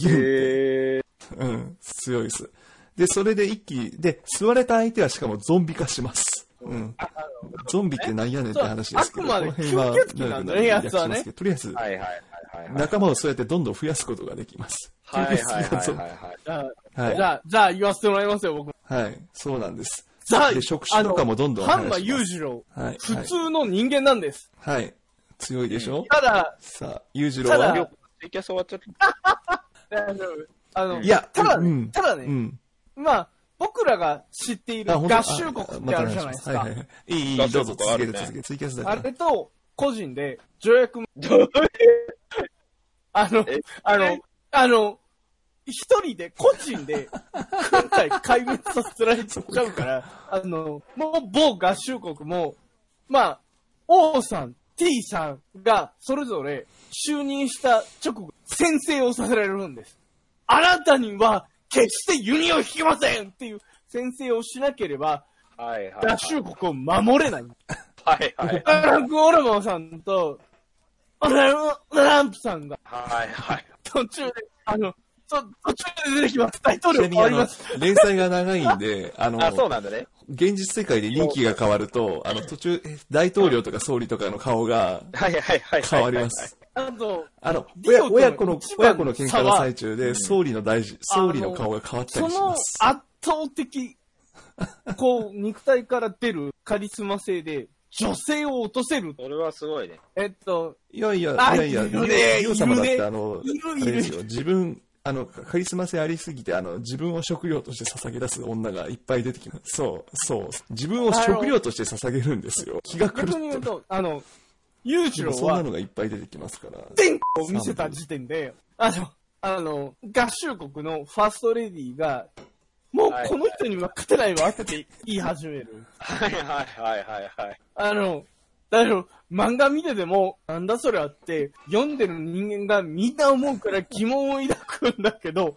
強いです。で、それで一気で、吸われた相手はしかもゾンビ化します。ゾンビって何やねんって話ですけど、 あくまで吸血鬼なんだね、やつはね。 とりあえず、仲間をそうやってどんどん増やすことができます。 じゃあ言わせてもらいますよ、僕。 はい、そうなんです。で、職種とかもどんどんハンマ裕次郎、普通の人間なんです。 はい。強いでしょ？ ただ、 さあ、裕次郎は。 いや、ただね、まあ、僕らが知っている合衆国ってあるじゃないですか。 いい、どうぞ続けて。ツイキャスだから。 あれと、個人で、条約、一人で、個人で、今回壊滅させられちゃうから、もう某合衆国も、まあ、王さん、T さんが、それぞれ、就任した直後、宣誓をさせられるんです。あなたには、決して弓を引きませんっていう宣誓をしなければ、合衆国を守れない。ゴールマンさんと、ランプさんが、途中で、途中で出てきます。大統領変わります。 連載が長いんで、 そうなんだね。 現実世界で任期が変わると、途中、大統領とか総理とかの顔が、変わります。親子の喧嘩の最中で、総理の顔が変わったりします。 その圧倒的、肉体から出るカリスマ性で、女性を落とせる。 それはすごいね。 いや、リオ様だってあれですよ、自分、カリスマ性ありすぎて、自分を食料として捧げ出す女がいっぱい出てきます。そう。自分を食料として捧げるんですよ。気が狂ってる。逆に言うと、裕次郎は、 そんなのがいっぱい出てきますから。 全国を見せた時点で、合衆国のファーストレディーが、もうこの人には勝てないわって言い始める。だけど、漫画見てても、なんだそれあって、読んでる人間がみんな思うから疑問を抱くんだけど、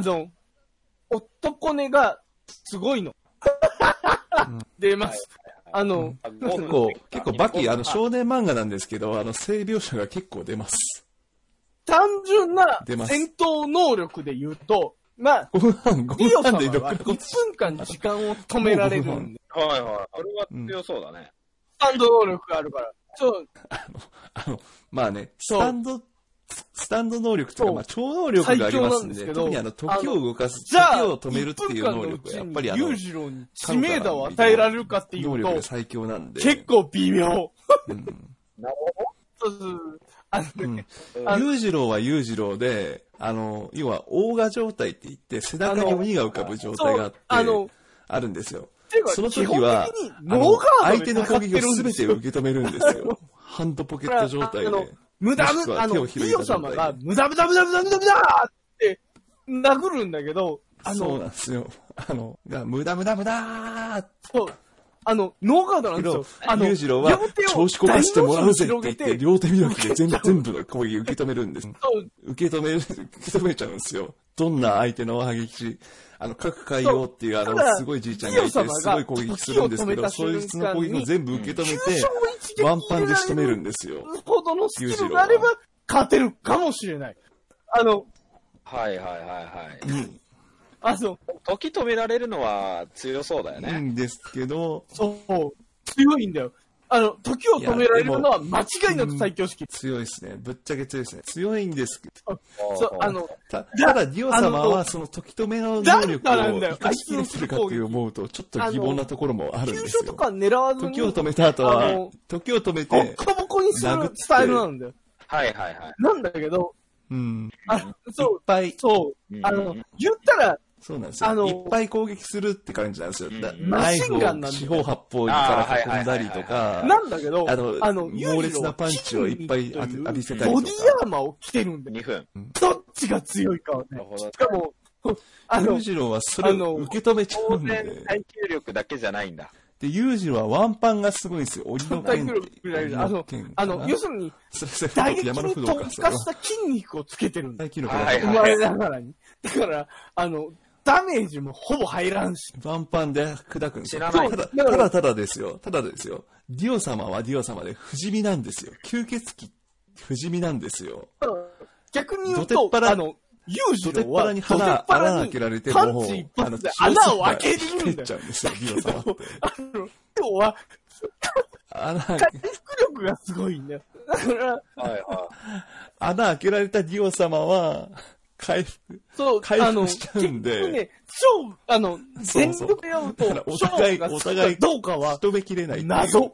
男根がすごいの。出ます。 結構バキ、少年漫画なんですけど、性描写が結構出ます。 単純な戦闘能力で言うと、まあ、ディオ様は1分間時間を止められるんで。 あれは強そうだね。 スタンド能力があるから。 まあね、スタンド能力というか、超能力がありますんで、特に時を動かす、時を止めるっていう能力が、やっぱり裕次郎に知名度を与えられるかっていうと、 能力が最強なんで。 結構微妙。 なるほど。裕次郎は裕次郎で、要は、オーガ状態って言って、背中に鬼が浮かぶ状態があって、あるんですよ。その時は、相手の攻撃を全て受け止めるんですよ。ハンドポケット状態で。ディオ様が、無駄って殴るんだけど、 そうなんですよ。無駄そう。ノーガードなんですよ。 裕次郎は、調子こかしてもらうぜって言って、両手開きで全部の攻撃受け止めるんです。受け止めちゃうんですよ。どんな相手の反撃各海洋っていうすごいじいちゃんがいて、すごい攻撃するんですけど、そいつの攻撃を全部受け止めて、ワンパンで仕留めるんですよ。 ほどのスキルがあれば、勝てるかもしれない。 はいはいはいはい。時止められるのは強そうだよね。 いいんですけど、 そう、強いんだよ。時を止められるのは間違いなく最強式。 強いですね。ぶっちゃけ強いですね。強いんですけど。 そう、 ただ、ディオ様はその時止めの能力を生かしきれてるかって思うと、ちょっと疑問なところもあるんですよ。 急所とか狙わずに。 時を止めた後は、時を止めて、 ボッコボコにするスタイルなんだよ。 はいはいはい。 なんだけど、そう、 いっぱい、 そう、言ったら、 そうなんですよ。いっぱい攻撃するって感じなんですよ。 マシンガンなんだよ。 四方八方から囲んだりとか、 なんだけど、 猛烈なパンチをいっぱい浴びせたりとか。 ボディアーマーを着てるんで、 2分。 どっちが強いかはね。しかも、 裕次郎はそれを受け止めちゃうんで。 当然耐久力だけじゃないんだ。 で、裕次郎はワンパンがすごいんですよ。鬼の剣。 要するに、打撃に特化した筋肉をつけてるんだ。生まれながらに。だから、ダメージもほぼ入らんし。 ワンパンで砕くんですよ。ただですよ。ディオ様はディオ様で不死身なんですよ。吸血鬼不死身なんですよ。 逆に言うと、裕次郎は、 穴開けられて、 パンチ一発で穴を開けるんだよ。 ちゃうんですよ、ディオ様って。 要は、回復力がすごいんだよ。だから、 穴開けられたディオ様は、回復しちゃうんで。 結局ね、全力でやると、 お互い、 どうかは、 止めきれない。 謎。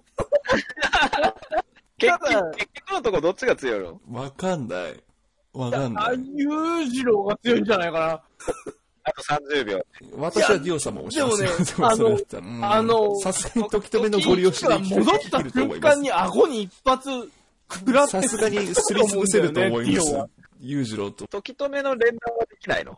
結局のとこどっちが強いの？ わかんない。 裕次郎が強いんじゃないかな。 あと30秒。 私はディオ様をしますよ。 でもね、 さすがに時止めのご利用しで戻った瞬間に顎に一発食らってさすがにすりつぶせると思います。裕次郎と。 時止めの連弾はできないの？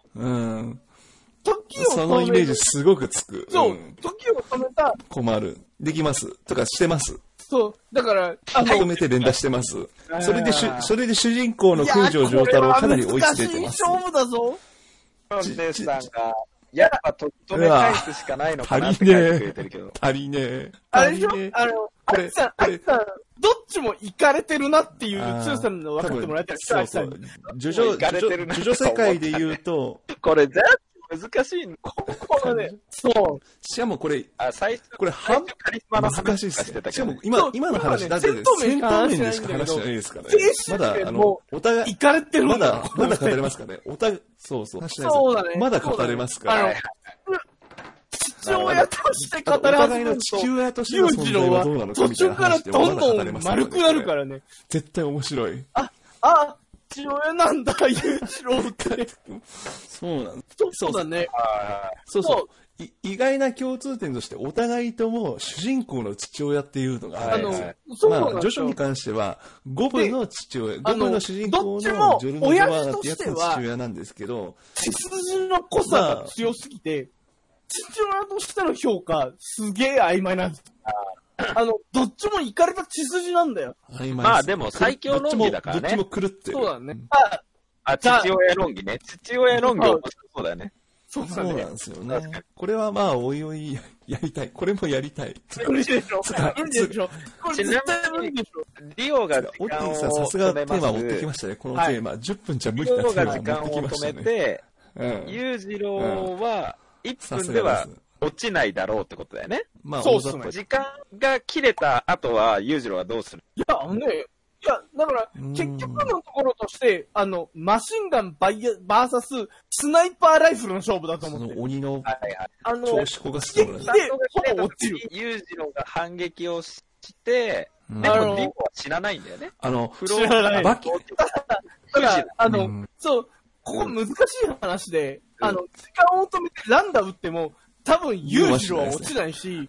そのイメージすごくつく。 そう、時を止めた。 困る。できます。とかしてます。 そう、だから、 止めて連打してます。それで主人公の空城城太郎かなり追いつけてます。 勝負だぞ。 デスさんが、やっぱ時止め返すしかないのかなって書いてくれてるけど。 足りねえ。 あれでしょあいつさん、どっちもイカれてるなっていう強さの分かってもらえたら、 そうそう。ジョジョ世界で言うと、 これ全部難しいの。 ここね、そう。 しかもこれ、 これ半分カリスマの難しいっすね。しかも今の話、だって戦闘面でしか話してないですからね。まだ、お互い、 イカれてるまだ語れますかね。そう。 そうだね。 まだ語れますから。 父親として語れお互いの父親としての存在はどうなのかみたいな話でどんどん丸くなるからね。 絶対面白い。 父親なんだ、裕次郎って。そうだね。 そう。意外な共通点として、お互いとも主人公の父親っていうのがあるんですよ。ジョジョに関しては、五部の父親、五部の主人公のジョルノ・ジョバーナってやつの父親なんですけど、 血筋の濃さが強すぎて、父親としての評価、すげえ曖昧なんです。どっちもイカれた血筋なんだよ。 まあでも最強論議だからね。 どっちも狂ってる。 そうだね。 父親論議ね。父親論議面白そうだよね。 そうなんですよね。これはまあ、おいおいやりたい。これもやりたい。 無理でしょ。無理でしょ。これ絶対無理でしょ。 リオがオッティさんさすがテーマ持ってきましたね。このテーマ。10分じゃ無理だリオが時間を止めて、裕次郎は1分では落ちないだろうってことだよね。 まあ、 そうっすね。 時間が切れた後は裕次郎はどうする？ いや、だから、結局のところとして、マシンガンバーサス、スナイパーライフルの勝負だと思って。 その鬼の調子焦がすところで、ほぼ落ちる。 裕次郎が反撃をしてでもリオは知らないんだよね。 知らない。 バキただ、そう、ここ難しい話で、時間を止めてランダ打っても、多分裕次郎は落ちないし、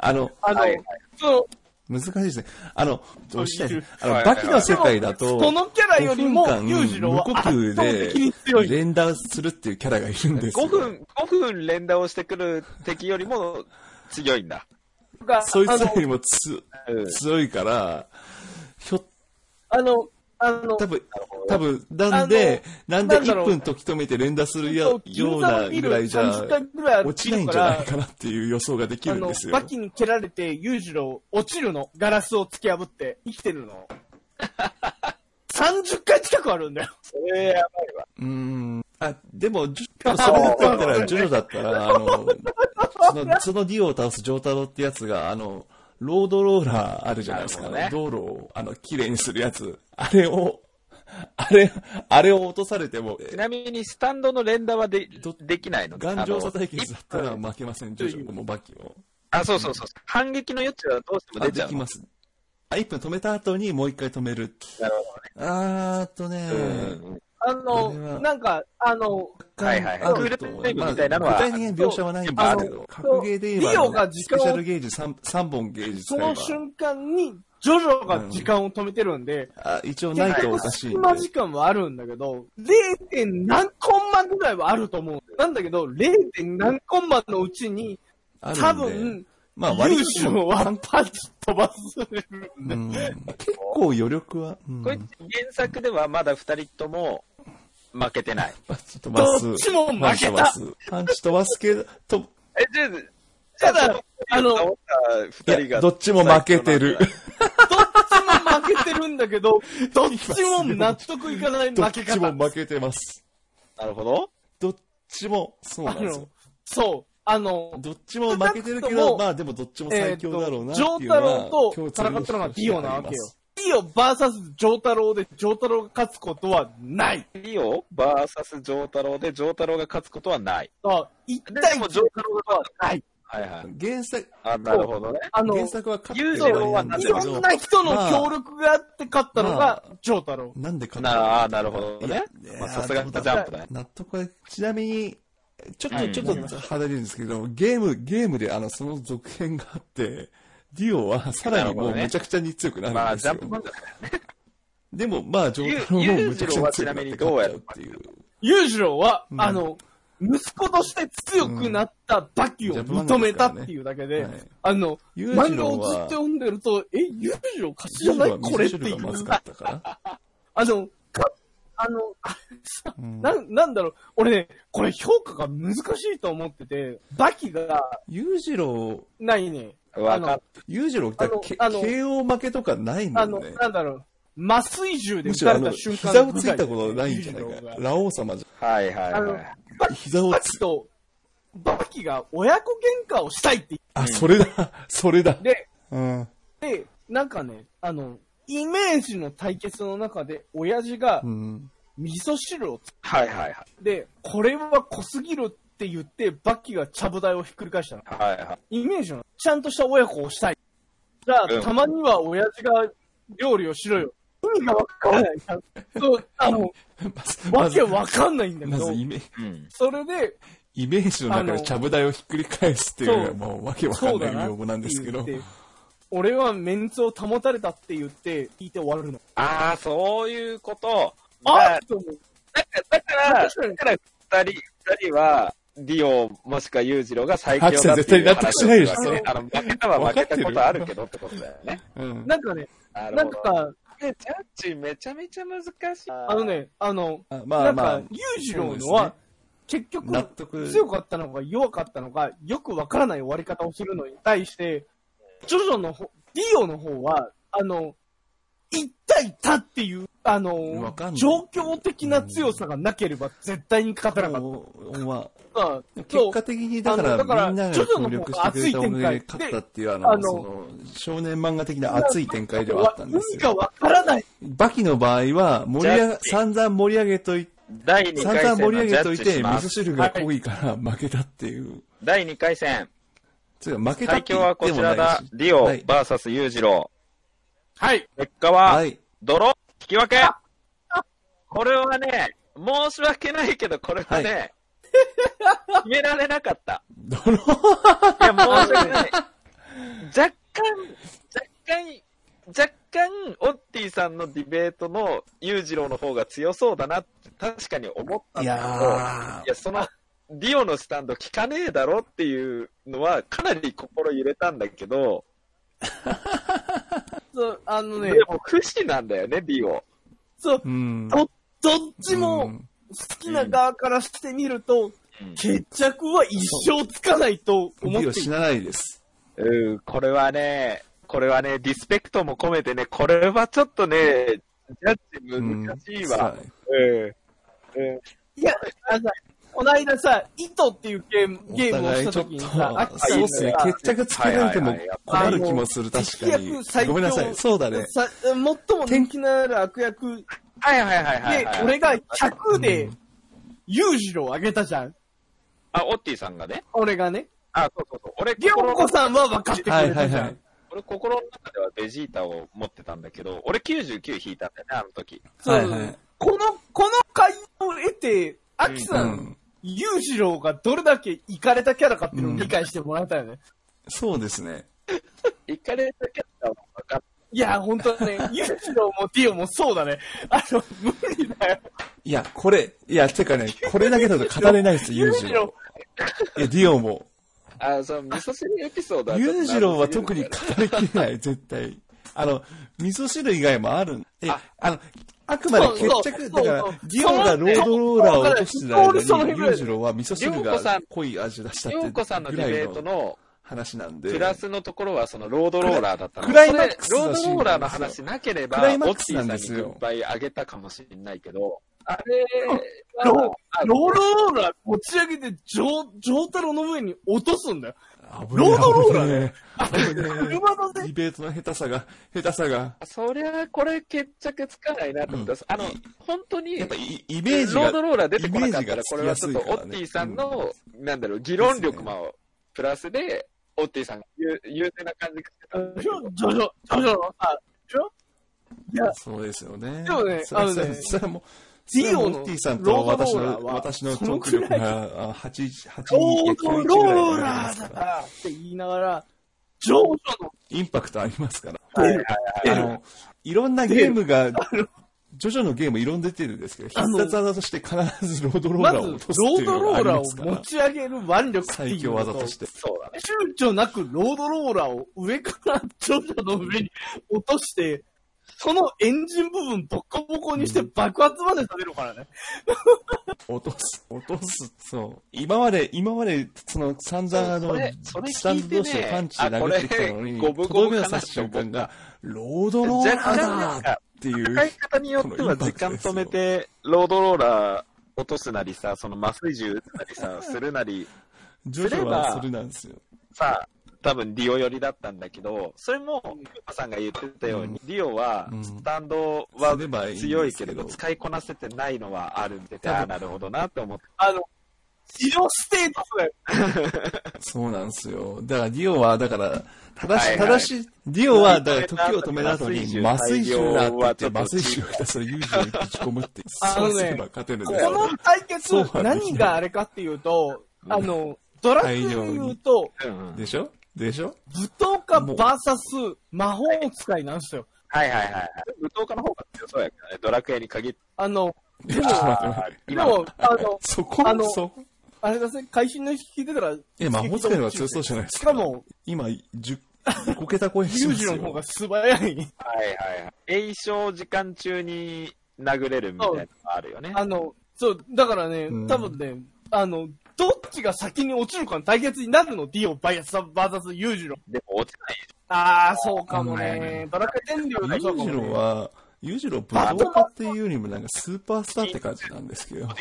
難しいですね。どうしたいバキの世界だと、 このキャラよりも裕次郎は無呼吸で連打するっていうキャラがいるんですよ。 5分連打をしてくる敵よりも強いんだ。 そいつよりも強いから、多分、なんで1分時止めて連打するようなぐらいじゃ、落ちないんじゃないかなっていう予想ができるんですよ。 バキに蹴られて、裕次郎落ちるの。ガラスを突き破って生きてるの。 30回近くあるんだよ。 それやばいわ。 でも、それだったら、ジョジョだったら、そのディオを倒すジョータロってやつが、ロードローラーあるじゃないですか。道路を、綺麗にするやつ。あれを落とされても。 ちなみに、スタンドの連打はできないの？ 頑丈さ対決だったら負けません、ジョジョもバキも。 そう。反撃の余地はどうしても出ちゃう。 できます。1分止めた後にもう一回止める。 なるほどね。 なんか、 はいはい。クールタイムみたいなのは、 具体的に描写はないんですけど、格ゲーで言えば、スペシャルゲージ3本ゲージ使えば。 その瞬間に、ジョジョが時間を止めてるんで、 一応ないとおかしい。 隙間時間はあるんだけど、0. 何コンマぐらいはあると思う。なんだけど、0. 何コンマのうちに、多分、優勝はパチ飛ばすれるんで。 結構余力は。 これ原作ではまだ2人とも負けてない。 どっちも負けた。 パンチ飛ばすけど、 ただ、 どっちも負けてる。 どっちも負けてるんだけど、どっちも納得いかない負け方。 どっちも負けてます。 なるほど。 どっちも、そうなんですよ。 そう。 どっちも負けてるけど、でもどっちも最強だろうなっていうのは。 ジョータロウと戦ったのがディオなわけよ。ディオ VS ジョータロウでジョータロウが勝つことはない。 ディオ VS ジョータロウでジョータロウが勝つことはない。 一対もジョータロウはない。はいはい。 原作、 なるほどね。 原作は勝ってはいないんだけど。 いろんな人の協力があって勝ったのがジョータロウ。 なんで勝ったなるほどね。さすがジャンプだね。 納得は、ちなみに、ちょっと離れるんですけど、ゲームでその続編があって、ディオはさらにもうめちゃくちゃに強くなるんですよ。 ジャンプ漫画だからね。 でも、ジョータロウもめちゃくちゃ強くなって勝っちゃうっていう。 裕次郎は、息子として強くなったバキを認めたっていうだけで、漫画をずっと読んでると、裕次郎勝ちじゃないこれっていう。なんだろう、俺ね、これ評価が難しいと思ってて、バキが、 裕次郎、 ないね。 裕次郎って KO 負けとかないもんね。 なんだろう、麻酔銃で撃たれた瞬間膝をついたことないんじゃないか。ラオウ様じゃ。はいはいはい。 膝をついた。 バキが親子喧嘩をしたいって言って。 それだ。 で、なんかね、イメージの対決の中で、親父が、味噌汁をはいはいはい。 で、これは濃すぎるって言って、バッキがちゃぶ台をひっくり返したの。 はいはい。 イメージの、ちゃんとした親子をしたい。じゃあ、たまには親父が料理をしろよ。意味がわからない。わけわかんないんだけど、それで、 イメージの中でちゃぶ台をひっくり返すっていうのはもうわけわかんない用語なんですけど。 俺はメンツを保たれたって言って聞いて終わるの。 そういうこと。 だから二人は、ディオもしくは裕次郎が最強だっていう話を絶対納得しないですよね。 負けたは負けたことあるけどってことだよね。 なんかね、なんか、 ジャッジめちゃめちゃ難しい。 なんか、裕次郎のは、結局、強かったのか弱かったのか、よくわからない終わり方をするのに対して、ジョジョの方、ディオの方は、一対多っていう、状況的な強さがなければ絶対に勝てなかった。 結果的に、だからみんなが協力してくれたおかげで勝ったっていう、少年漫画的な熱い展開ではあったんですよ。 意味がわからない。 バキの場合は、散々盛り上げといて、味噌汁が濃いから負けたっていう。 第2回戦。 負けた最強はこちらだ。ディオ VS 裕次郎。 はい。 結果は、ドロー、引き分け。これはね、申し訳ないけど、これはね、決められなかった。 ドローいや、 申し訳ない。若干、オッティさんのディベートの裕次郎の方が強そうだなって確かに思ったんだけど、いや、その、ディオのスタンド効かねえだろっていうのはかなり心揺れたんだけど、 そう、 でも不死なんだよね、ディオ。 そう、どっちも好きな側からしてみると、決着は一生つかないと思っている。 ディオ死なないです。 これはね、リスペクトも込めてね、これはちょっとね、 ジャッジ難しいわ。 いや、この間さ、糸っていうゲームをした時にさ、 そうっすね、決着つけられても困る気もする、確かに。ごめんなさい、そうだね。 最も人気のある悪役。で、俺が100で、裕次郎をあげたじゃん。 あ、オッティさんがね。 俺がね。 あ、そう。俺、 りょうこさんは分かってくれたじゃん。 俺、心の中ではベジータを持ってたんだけど、俺99引いたんだよね、あの時。 そう。この回を得て、アキさん、裕次郎がどれだけイカれたキャラかっていうのを理解してもらえたよね。 そうですね。 イカれたキャラは分かった。 いや、ほんとね、裕次郎もディオもそうだね。無理だよ。 いや、てかね、これだけだと語れないですよ、裕次郎。いや、ディオも。 その味噌汁エピソードは裕次郎は特に語りきれない、絶対。味噌汁以外もあるんで、あくまで決着、だから、ディオがロードローラーを落としてる間に、裕次郎は味噌汁が濃い味出したってりょうこさんのディベートの話なんで。 プラスのところはそのロードローラーだったの。 クライマックスロードローラーの話なければ、オッティさんにグッバイあげたかもしれないけど、あれ、 ロードローラー持ち上げて、ジョータロの上に落とすんだよ。ロードローラーね。 車のね。ディベートの下手さが。 そりゃ、これ決着つかないなと思った。本当に、 やっぱイメージが、 ロードローラー出てこなかったら、これはちょっとオッティさんの、議論力もプラスで、オッティさんが優勢な感じがしてたんだけど。 ジョジョのさ、でしょいや、そうですよね。 でもね、 それも、ディオのティさんと私のトーク力が8 ロードローラーだって言いながら、ジョジョのインパクトありますから。いろんなゲームが、ジョジョのゲームいろんな出てるんですけど、必殺技として必ずロードローラーを落とすっていうのがありますから。 ロードローラーを持ち上げる腕力っていうのと、 最強技として。 そうだね。 躊躇なくロードローラーを上からジョジョの上に落として、そのエンジン部分ボコボコにして爆発までされるからね。 落とす。そう。今まで、その散々スタンド同士をパンチで殴ってきたのに、とどめを刺す瞬間が、ロードローラーだっていう。 使い方によっては時間止めて、ロードローラー落とすなりさ、その麻酔銃撃つなりさ、するなり。 ジョジョはするなんですよ。 さあ、多分ディオ寄りだったんだけど、それも、ゆうこさんが言ってたように、ディオは、スタンドは強いけれど、使いこなせてないのはあるんで、なるほどなって思って。 治療ステータスだよ。 そうなんですよ。だからディオは、ディオは、だから時を止めた後に、麻酔銃だって言って、麻酔銃をひたすら有事に打ち込むって、そうすれば勝てるんだよ。 この対決、何があれかっていうと、ドラクエで言うと、 でしょ武闘家バーサス魔法使いなんですよ。 はい。武闘家の方が強そうやけどね、ドラクエに限って。 あれだぜ、会心の聞いてたら。 魔法使いの方が強そうじゃないですか。 しかも、 今、5桁超えしてますよ。有事の方が素早い。はい。 詠唱時間中に殴れるみたいなのがあるよね。 そう、だからね、多分ね、どっちが先に落ちるかの対決になるの、ディオバーサス裕次郎。 でも落ちない。 ああ、そうかもね。ドラクエ天竜のそうかもね。 裕次郎武闘家っていうよりもなんかスーパースターって感じなんですけど。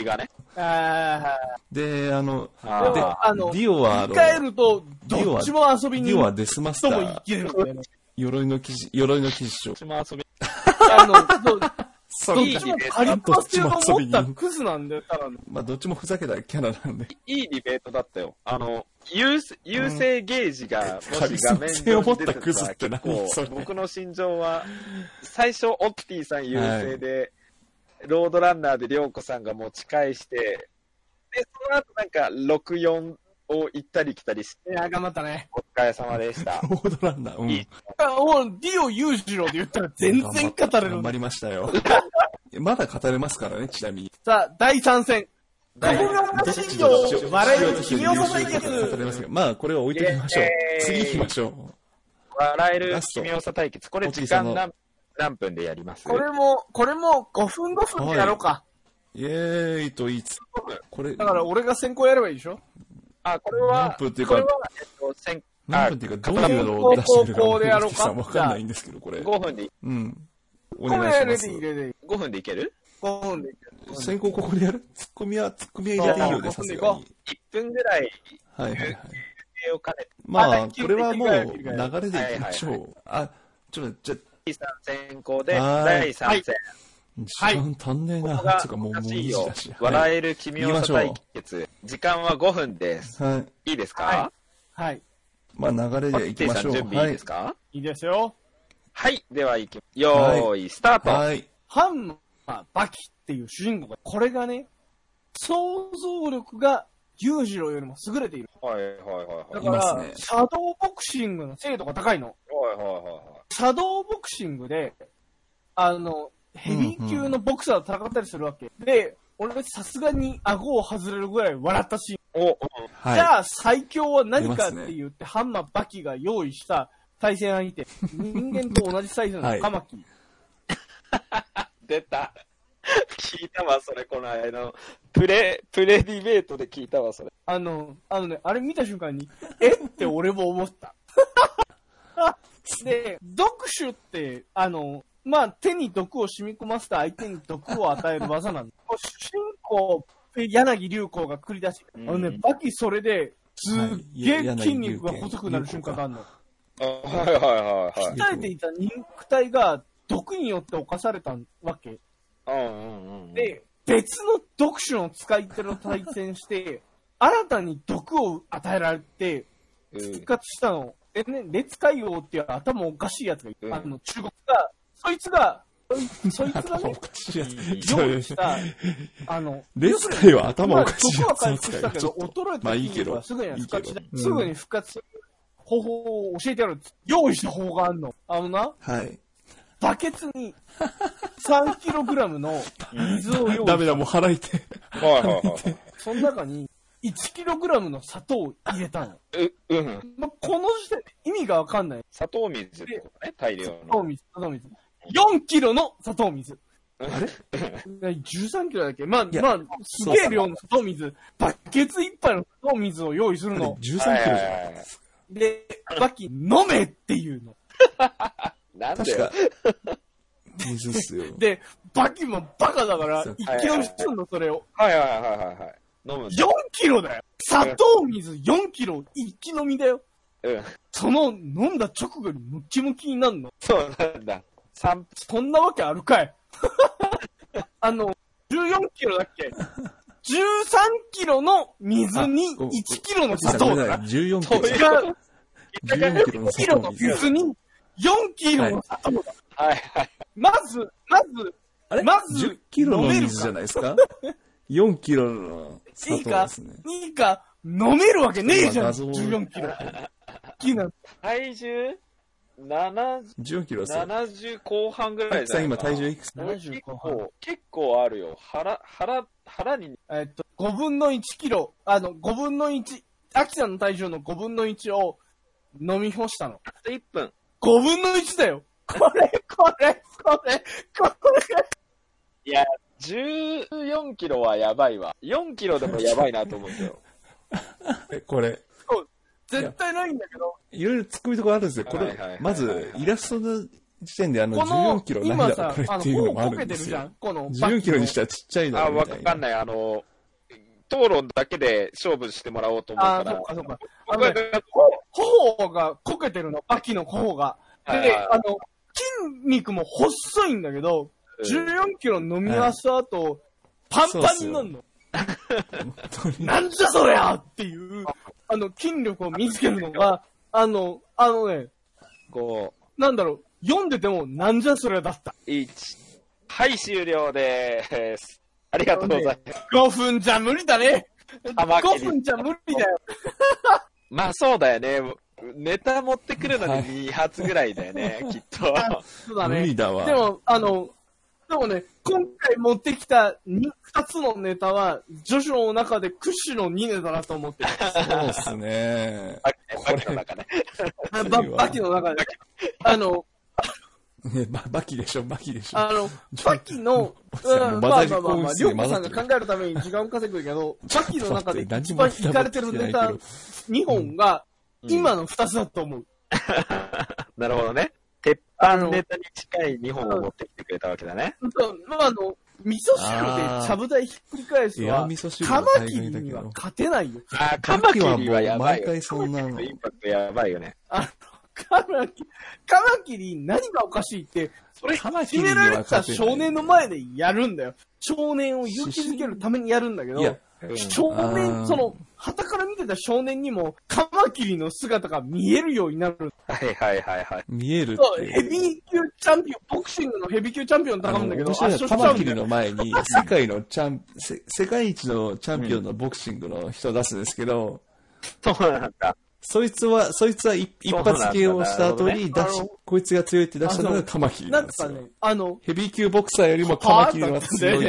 で、ディオは、 言い換えると、どっちも遊びに。 ディオはデスマスター。鎧の騎士長。 どっちも遊び。 どっちもカリパスを持ったクズなんだよ、ただの。 まあ、どっちもふざけたキャラなんで。 いいディベートだったよ。優勢ゲージが、もし画面上に出てたら、 僕の心情は、最初、オッティさん優勢で、ロードランナーでりょうこさんが持ち返して、で、その後なんか、6-4を行ったり来たりして。 いや、頑張ったね。 お疲れ様でした。 ロードランナー、 ディオ裕次郎で言ったら全然語れる。 頑張りましたよ。まだ語れますからね、ちなみに。 さあ、第3戦。ここが新庄、笑える君を支え決。 まあ、これは置いておきましょう。次行きましょう。 笑える君を支対決。これ時間何分でやります？ これも5分5分でやろうか。 イェーイと言いつつ。 これ。だから俺が先行やればいいでしょ？ これは、 何分っていうか、何分っていうか、どういうのを出してるかわかんないんですけど、これ。 5分でいい。 うん。 お願いします。 5分でいける ?5 分でいける。先行ここでやる？ツッコミは入れていいよね、さすがに。 1分ぐらい。 はいはいはい。まあ、これはもう流れでいきましょう。あ、ちょっと、じゃ第3戦校で、第3戦。 時間足んねえな。つうかもう2時だし。 笑える奇妙さ対決。時間は5分です。はい。いいですか？ はい。 まあ流れでいきましょう。 準備いいですか？ いいですよ。 はい。では行きます。よーい、スタート。 はい。ハンマーバキっていう主人公が、これがね、想像力が裕次郎よりも優れている。 はいはいはい。 だから、シャドーボクシングの精度が高いの。 はいはいはい。 シャドーボクシングで、ヘビー級のボクサーと戦ったりするわけ。で、俺さすがに顎を外れるぐらい笑ったシーン。じゃあ最強は何かって言って、ハンマーバキが用意した対戦相手。人間と同じサイズのカマキリ。 出た。聞いたわ、それ、この間の。プレディベートで聞いたわ、それ。 あれ見た瞬間に、えって俺も思った。で、読書って、まあ、手に毒を染み込ませた相手に毒を与える技なんだ。主人公、柳流行が繰り出し、バキそれで、すっげえ筋肉が細くなる瞬間があるの。 はいはいはいはい。 鍛えていた肉体が毒によって侵されたわけ。で、別の読書の使い手と対戦して、新たに毒を与えられて、復活したの。でね、烈海王っていう頭おかしいやつがいる。中国が、そいつがね、用意した、 烈海は頭おかしいやつ。 毒は回復したけど、衰えた筋肉はすぐに復活する方法を教えてやる。用意した方があるの。 はい。 バケツに 3kg の水を用意した。 ダメだ、もう腹痛い。 その中に 1kg の砂糖を入れたの。まあ、この時点で意味がわかんない。 砂糖水ってことね、大量の。 砂糖水。4kg の砂糖水。あれ ?13kg だっけ？まあ、すげえ量の砂糖水。バケツ1杯の砂糖水を用意するの。 13kg じゃないで、バキ、飲めっていうの。 なんでよ。 水っすよ。 で、バキもバカだから、一気飲みするの、それを。 はい。飲む。 4キロだよ。砂糖水4キロ、一気飲みだよ。その、飲んだ直後にムキムキになるの。 そうなんだ。 そんなわけあるかい。14キロだっけ ?13 キロの水に1キロの砂糖だな。 14キロ。 14キロの砂糖水に4キロの砂糖だ。まず、 10キロの水じゃないですか ?4 キロの砂糖ですね。 いいか、飲めるわけねえじゃん、14キロ。 体重 14キロですよ。 70後半ぐらいじゃない今体重いくつ結構あるよ。腹に。 5分の1キロ、5分の1、アキさんの体重の5分の1を飲み干したの。 1分。 5分の1だよ。これ。 いや、14キロはやばいわ。4キロでもやばいなと思うんだよ。 これ。 絶対ないんだけど。 いろいろ突っ込みところあるんですよ。これ、まず、イラストの時点で14キロないだろ、これっていうのもあるんですよ。14キロにしたらちっちゃいだろみたいな。 わかんない。討論だけで勝負してもらおうと思うから。 そうか。頬がこけてるの、バキの頬が。で、筋肉も細いんだけど、14キロ飲み合わせた後、パンパンになるの。なんじゃそりゃっていう、筋力を見つけるのが、なんだろう、読んでてもなんじゃそりゃだった。 はい、終了でーす。ありがとうございます。 5分じゃ無理だね。5分じゃ無理だよ。 まあそうだよね。ネタ持ってくるのに2発ぐらいだよね、きっと。 そうだね。 無理だわ。 でもね、今回持ってきた2つのネタは、ジョジョの中で屈指の2ネタだと思ってる。 そうですね。 バキの中ね。 バキの中で。 バキでしょ。 バキの、りょうこさんが考えるために時間を稼ぐけど、バキの中で一番惹かれてるネタ2本が、今の2つだと思う。 なるほどね。 鉄板ネタに近い2本を持ってきてくれたわけだね。 味噌汁でちゃぶ台ひっくり返すのは、カマキリには勝てないよ。 カマキリはやばいよ。 毎回そんなの。 インパクトやばいよね。 カマキリ何がおかしいって、それ決められた少年の前でやるんだよ。少年を勇気づけるためにやるんだけど、少年、旗から見てた少年にも、カマキリの姿が見えるようになる。 はいはいはいはい。 見えるって。 ヘビー級チャンピオン、ボクシングのヘビー級チャンピオン頼むんだけど、 カマキリの前に、世界一のチャンピオンのボクシングの人を出すんですけど、 そうなんだ。 そいつは一発系をした後にこいつが強いって出したのがカマキリなんですよ。ヘビー級ボクサーよりもカマキリの強い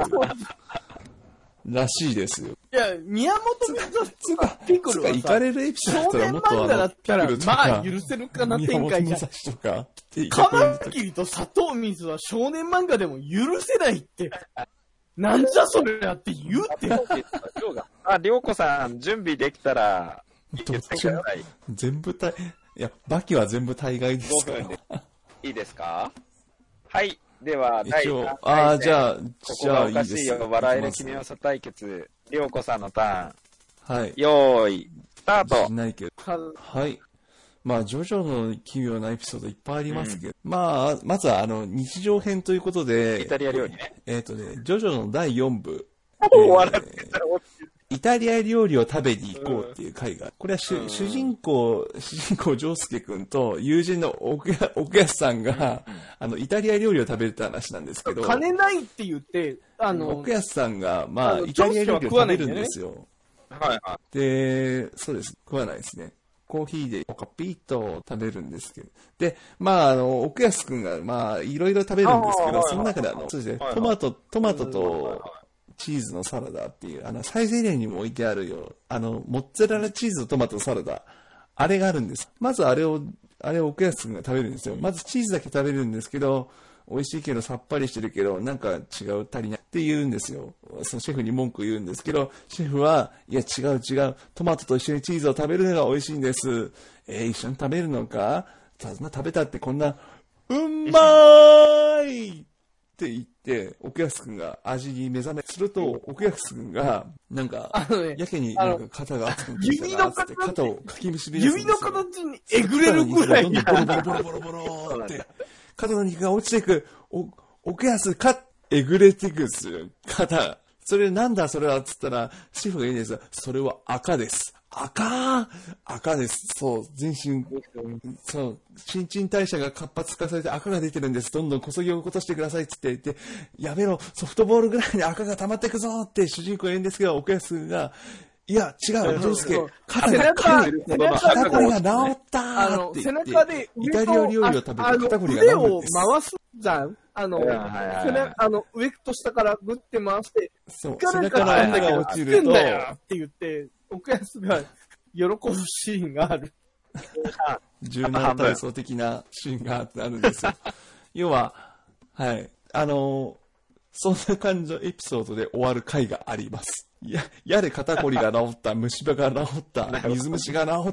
らしいですよ。 いや、宮本ピクルは行かれるエピソードはもっと少年漫画だったら、まあ許せるかな展開じゃん。カマキリと砂糖水は少年漫画でも許せないって。なんじゃそれやって言うって。 りょうこさん、準備できたら、 全部いや、バキは全部大概ですから。 いいですか？はい。では、 じゃあ、 ここがおかしいよ。笑える決め合わせ対決。りょうこさんのターン。 はい。 よーい、スタート。 しないけど。はい。まあ、ジョジョの奇妙なエピソードいっぱいありますけど、まあ、まずは日常編ということで、 イタリア料理ね。 ジョジョの第4部。 笑ってたらイタリア料理を食べに行こうっていう回が、これは主人公、ジョウスケ君と友人の奥安さんが、イタリア料理を食べるって話なんですけど、 金ないって言って、 奥安さんが、まあ、イタリア料理を食べるんですよ。 はいはい。 で、そうです。食わないですね。コーヒーでコピーと食べるんですけど。で、まあ、奥安君が、まあ、いろいろ食べるんですけど、その中でそうですね、トマトと、チーズのサラダっていう、サイゼリヤにも置いてあるよ。モッツァレラチーズトマトサラダ。あれがあるんです。まずあれを奥安君が食べるんですよ。まずチーズだけ食べるんですけど、美味しいけどさっぱりしてるけど、なんか違う足りないって言うんですよ。そのシェフに文句言うんですけど、シェフは、いや違う。トマトと一緒にチーズを食べるのが美味しいんです。一緒に食べるのか？そんな食べたってこんな、うんまーいって言って、奥安くんが味に目覚めすると、奥安くんが、なんか、やけになんか肩が熱くなってきたなって肩をかきむしり出すんですよ。 指の形にえぐれるぐらいに。 ボロって、肩の肉が落ちていく、奥安えぐれていくんですよ、肩。それなんだそれはっつったら、シェフが言うんですよ。それは赤です。赤です。そう、全身、そう、新陳代謝が活発化されて赤が出てるんです。どんどんこそぎを落としてくださいって言って、やめろ、ソフトボールぐらいに赤が溜まっていくぞって主人公が言うんですけど、奥安が、いや、違う、ジョウスケ、肩こりが治ったーって言って、 背中でイタリア料理を食べて肩こりが治腕をるんです。 回すじゃん。上と下からグッて回して、 そう、背中の穴が落ちると、 って言って、奥安が喜ぶシーンがある。 柔軟体操的なシーンがあるんですよ。要は、はい。そんな感じのエピソードで終わる回があります。やれ肩こりが治った、虫歯が治った、水虫が治った、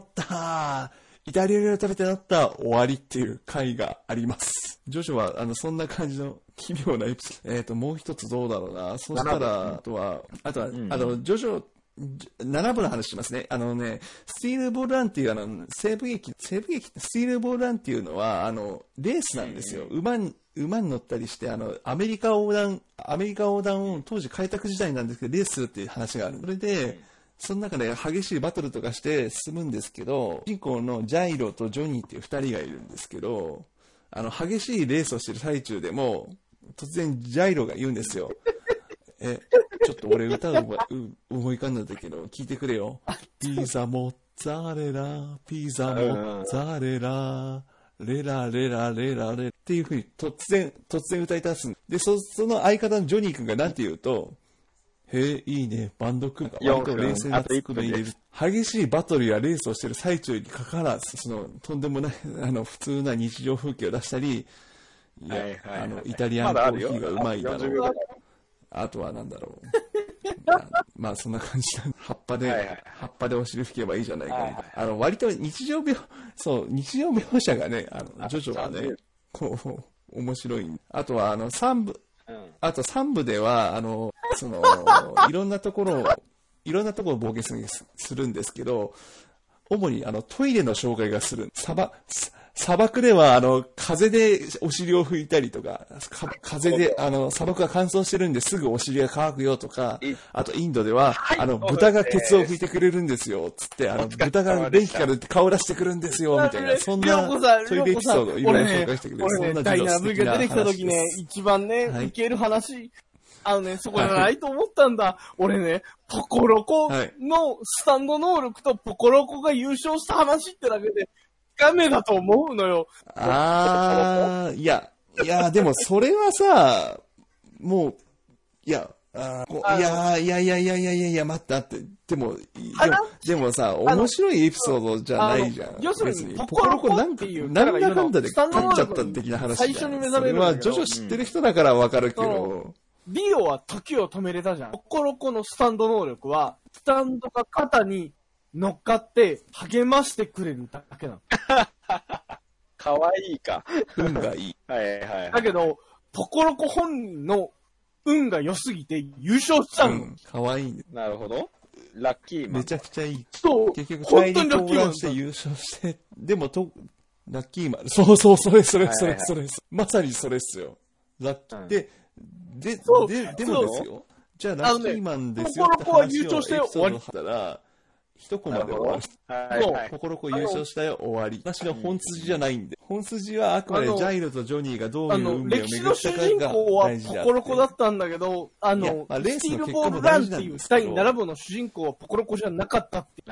イタリア料理を食べて治った終わりっていう回があります。ジョジョは、そんな感じの奇妙なエピソード。もう一つどうだろうな。そしたら、あとは、ジョジョ、7部の話しますね。スティールボールランっていう西部劇、スティールボールランっていうのは、レースなんですよ。馬に乗ったりして、アメリカ横断を当時開拓時代なんですけど、レースっていう話がある。それで、その中で激しいバトルとかして進むんですけど、主人公のジャイロとジョニーっていう2人がいるんですけど、激しいレースをしてる最中でも、突然ジャイロが言うんですよ。ちょっと俺歌う思い浮かんだんだけど、聞いてくれよ。ピザモッツァレラ、ピザモッツァレラ、レラレラレラレっていう風に突然歌い出す。で、その相方のジョニー君がなんて言うと、へえ、いいね、バンド組む。割と冷静なツッコミ入れる。激しいバトルやレースをしてる最中にかかわらず、とんでもない、普通な日常風景を出したり、イタリアンコーヒーがうまいだろう。あとはなんだろう。 まあそんな感じなんで、葉っぱでお尻拭けばいいじゃないかみたいな。割と日常描写がね、ジョジョはね、こう、面白い。あとは3部では、いろんなところを冒険するんですけど、主にトイレの紹介がする。砂漠では、風でお尻を拭いたりとか、風で、砂漠が乾燥してるんですぐお尻が乾くよとか、あとインドでは、豚がケツを拭いてくれるんですよ、つって、豚が便器から顔出してくるんですよ、みたいな、そんなトイレエピソードをいろいろ紹介してくれる。 俺ね、ダイナー V が出てきた時ね、一番ね、受ける話、そこじゃないと思ったんだ。俺ね、ポコロコのスタンド能力とポコロコが優勝した話ってだけで、ダメだと思うのよ。 いや、でもそれはさ、もう、いや、待って。でもさ、面白いエピソードじゃないじゃん。 要するに、 ポコロコなんだかんだで勝っちゃった的な話じゃん。 最初に目覚める。 それはジョジョ知ってる人だからわかるけど。 リオは時を止めれたじゃん。ポコロコのスタンド能力は、スタンドが肩に乗っかって励ましてくれるだけなの。 かわいいか。 運がいい。 だけど、ポコロコ本人の運が良すぎて優勝しちゃうの。 かわいいね。 なるほど。ラッキーマン。 めちゃくちゃいい。 そう。 結局、大陸を乱して優勝して、でもラッキーマン。そう、それ。まさにそれっすよ。ラッキー。でもですよ。じゃあ、ラッキーマンですよって話をエピソードしたら、一コマで終わる。ポコロコ優勝したよ、終わり。私の本筋じゃないんで。本筋はあくまでジャイロとジョニーがどういう運命を巡ったかが大事だ。 歴史の主人公はポコロコだったんだけど、スティールボールランっていう第7部の主人公はポコロコじゃなかったっていう。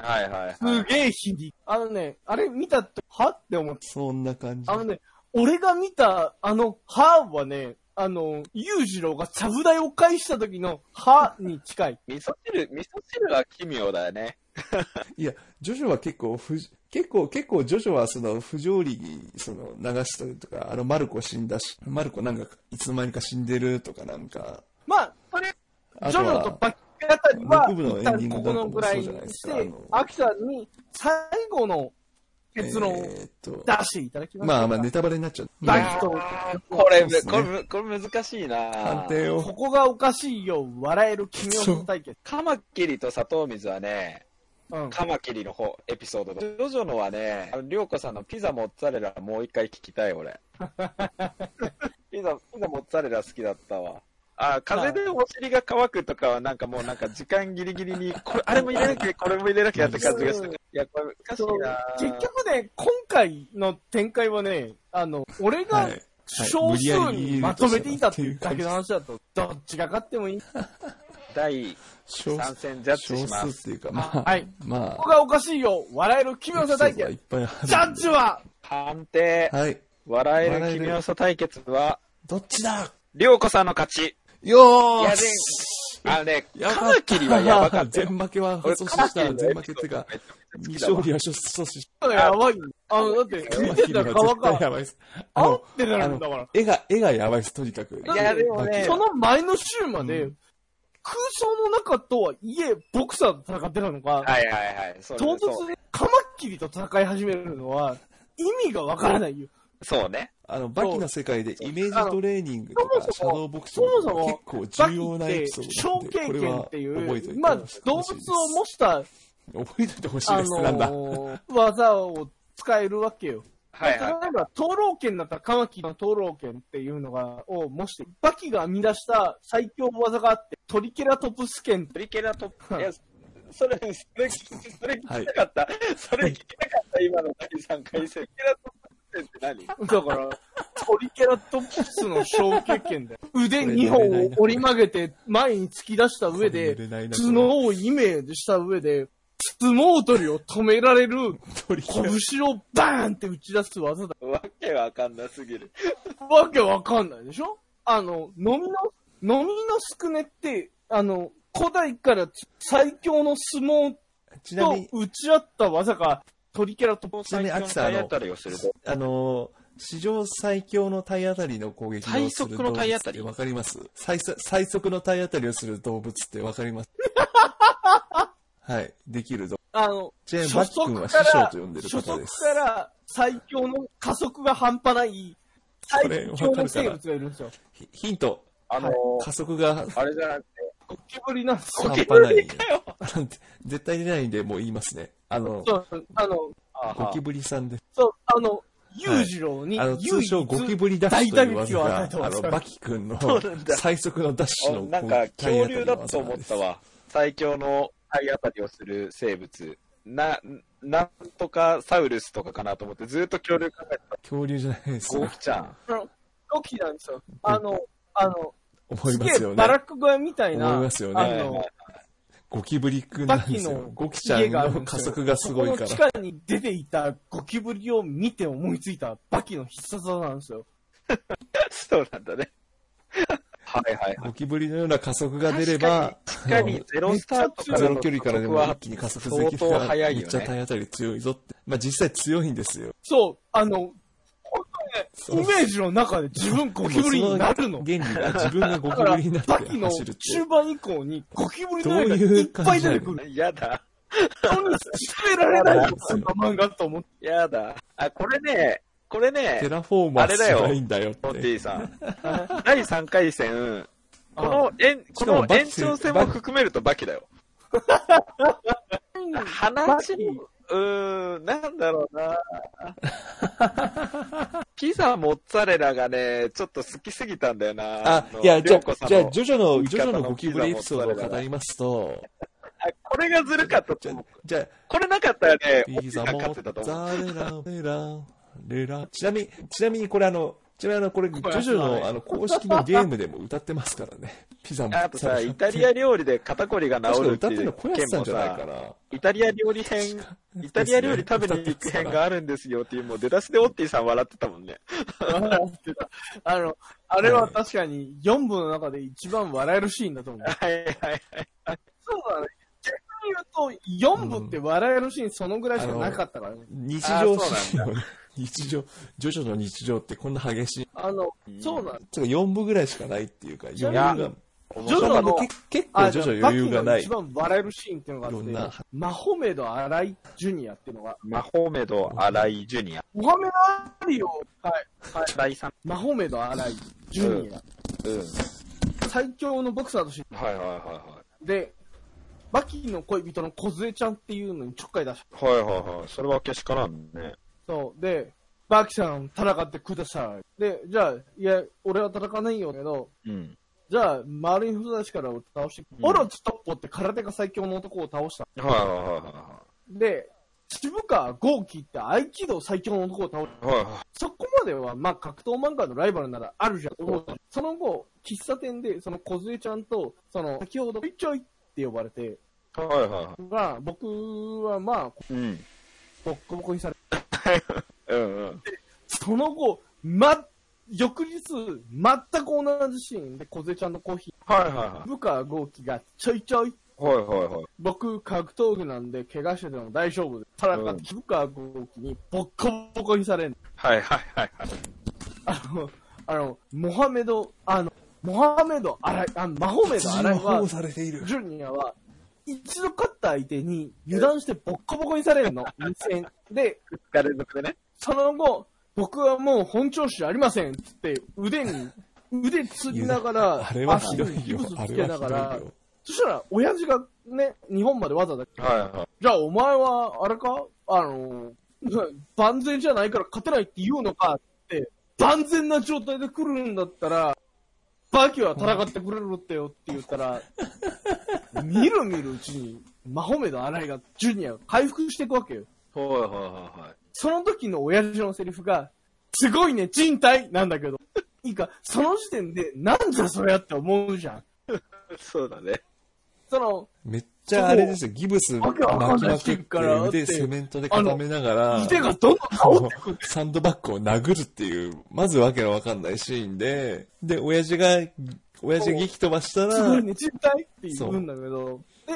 すげえ皮肉。あれ見たって、はって思って。 そんな感じ。 俺が見たははね、裕次郎がちゃぶ台を返した時のはに近い。 味噌汁は奇妙だよね。 いや、ジョジョは結構ジョジョは不条理に流したとか、マルコ死んだし、マルコなんかいつの間にか死んでるとかなんか。 まあ、それ、ジョジョとバッキあたりは、一旦ここのぐらいにして、アキさんに最後の結論を出していただきます。 まあネタバレになっちゃう。 これ難しいな判定を。 ここがおかしいよ、笑える奇妙な対決。 カマキリと砂糖水はね、カマキリのエピソードだ。ジョジョのはね、りょうこさんのピザモッツァレラもう一回聞きたい、俺。ピザモッツァレラ好きだったわ。風でお尻が乾くとかはなんかもう時間ギリギリに、あれも入れなきゃ、これも入れなきゃって感じがして。いや、これ難しいな。 結局ね、今回の展開はね、俺が少数にまとめていたっていうだけの話だと、どっちが勝ってもいい。 第3戦ジャッジします。 っていうか、 はい。ここがおかしいよ。笑える奇妙さ対決。ジャッジは判定。 はい。 笑える奇妙さ対決は、 どっちだりょうこさんの勝ち。 よーしカマキリはやばかったよ。 全負けは阻止した。全負けっていうか、勝利は阻止した。 やばい。だって、見てたら川か。 やばいです。 ってなるんだから。 絵がやばいです、とにかく。 いや、でもね、その前の週まで、空想の中とはいえ、ボクサーと戦ってたのか、唐突にカマキリと戦い始めるのは、意味がわからないよ。 そうね。 バキの世界でイメージトレーニングとか、シャドーボクシングとか結構重要なエピソード小経験っていう、まあ、動物を模した、 覚えておいてほしいです。なんだ。 技を使えるわけよ。例えば、灯籠剣だったらカマキリの灯籠剣っていうのを模して、バキが編み出した最強の技があって、トリケラトプス剣。 トリケラトプス、いや、それ聞きたかった。それ聞きたかった、今の第3回戦。トリケラトプス剣って何？ だから、トリケラトプスの小経験で、腕2本を折り曲げて前に突き出した上で、角をイメージした上で、相撲取りを止められる拳をバーンって打ち出す技だ。 わけわかんなすぎる。 わけわかんないでしょ？飲みのすくねって、古代から最強の相撲と打ち合った技がトリケラトプス。 ちなみに、アキさん、 史上最強の体当たりの攻撃をする動物ってわかります？最速の体当たりをする動物ってわかります？はい、できるぞ。 ちなみにバキ君は師匠と呼んでる方です。 初速から最強の加速が半端ない最強の生物がいるんですよ。 ヒント。加速が、 あれじゃなくて、 ゴキブリなんですよ。 半端ない。絶対出ないんで、もう言いますね。 そうゴキブリさんです。 そう、裕次郎に、 通称ゴキブリダッシュという技が、バキ君の最速のダッシュのなんか、恐竜だと思ったわ。最強の体当たりをする生物。なんとかサウルスとかかなと思って、ずっと恐竜考えてた。 恐竜じゃないです。 ゴキちゃん。 ゴキなんですよ。 思いますよね。 バラック小屋みたいな。 思いますよね。ゴキブリくんなんですよ。ゴキちゃんの加速がすごいから。 そこの地下に出ていたゴキブリを見て思いついたバキの必殺技なんですよ。 そうなんだね。はいはい。 ゴキブリのような加速が出れば、 確かにゼロスタートからゼロ距離からでも一気に加速できるから、めっちゃ体当たり強いぞって。まあ実際強いんですよ。 そう、本当にね、イメージの中で自分ゴキブリになるの。 原理が自分がゴキブリになって走るって。 バキの中盤以降にゴキブリの絵がいっぱい出てくる。 やだ。 人に進められないよ、そんな漫画と思って。 やだ。これね、 テラフォーマーじゃないんだよって。 モッティさん。第3回戦、この延長戦も含めるとバキだよ。話も、なんだろうな。ピザモッツァレラがね、ちょっと好きすぎたんだよな。 いや、じゃあ、ジョジョのゴキブリエピソードを語りますと、 これがずるかったと思う。 じゃあ、 これなかったらね、 ピザモッツァレラ。ちなみにこれこれ、ジョジョの公式のゲームでも歌ってますからね。ピザも。 あとさ、イタリア料理で肩こりが治るっていう件もさ、 イタリア料理食べに行く編があるんですよっていう、もう出だしでオッティさん笑ってたもんね。 笑ってた。あれは確かに4部の中で一番笑えるシーンだと思う。 はいはいはい。そうだね。逆に言うと、4部って笑えるシーンそのぐらいしかなかったからね。 日常シーンをね。ジョジョの日常ってこんな激しい。 そうなんです。4部ぐらいしかないっていうか、余裕が。 ジョジョの結構ジョジョ余裕がない。 一番笑えるシーンっていうのがあって、マホメド・アライ・ジュニアっていうのが。 マホメド・アライ・ジュニア。 モハメド・アリを、マホメド・アライ・ジュニア。最強のボクサーとして。 はいはいはいはい。 で、バキの恋人の小杖ちゃんっていうのにちょっかい出した。 はいはいはい。それはけしからんね。 そう。で、バキさん戦ってください。で、じゃあ、いや、俺は戦わないよけど、じゃあ、周りの人たちからを倒して、オロチトッポって空手が最強の男を倒した。 はいはいはい。 で、渋川豪輝って合気道最強の男を倒した。 はいはい。 そこまでは、まあ、格闘漫画のライバルならあるじゃん。その後、喫茶店で、その小杖ちゃんと、先ほど、ちょいちょいって呼ばれて、 はいはい。 僕はまあ、ボッコボコにされて、その後、翌日、全く同じシーンで、小杖ちゃんのコーヒー。 渋川豪輝がちょいちょい。僕、格闘技なんで、怪我してても大丈夫で。ただ、渋川豪輝にボッコボコにされる。 はいはいはい。 モハメド・アライ、マホメド・アライは、ジュニアは、一度勝った相手に油断してボッコボコにされるの。2戦で、その後、僕はもう本調子じゃありませんっつって腕つりながら、 足にギブスつけながら、 そしたら親父がね、日本までわざわざ、じゃあお前は、あれか万全じゃないから勝てないって言うのかって、万全な状態で来るんだったら、バキは戦ってくれるってよって言ったら、みるみるうちに、マホメド・アライが、ジュニアが回復していくわけよ。その時の親父のセリフが、すごいね、人体なんだけど。いいか、その時点で、なんじゃそりゃって思うじゃん。 そうだね。 めっちゃあれですよ、ギブス巻きまくって腕セメントで固めながら、 腕がどんどん倒ってくる。 サンドバッグを殴るっていう、まずわけのわかんないシーンで、親父が激飛ばしたら、 すごいね、人体って言うんだけど、で、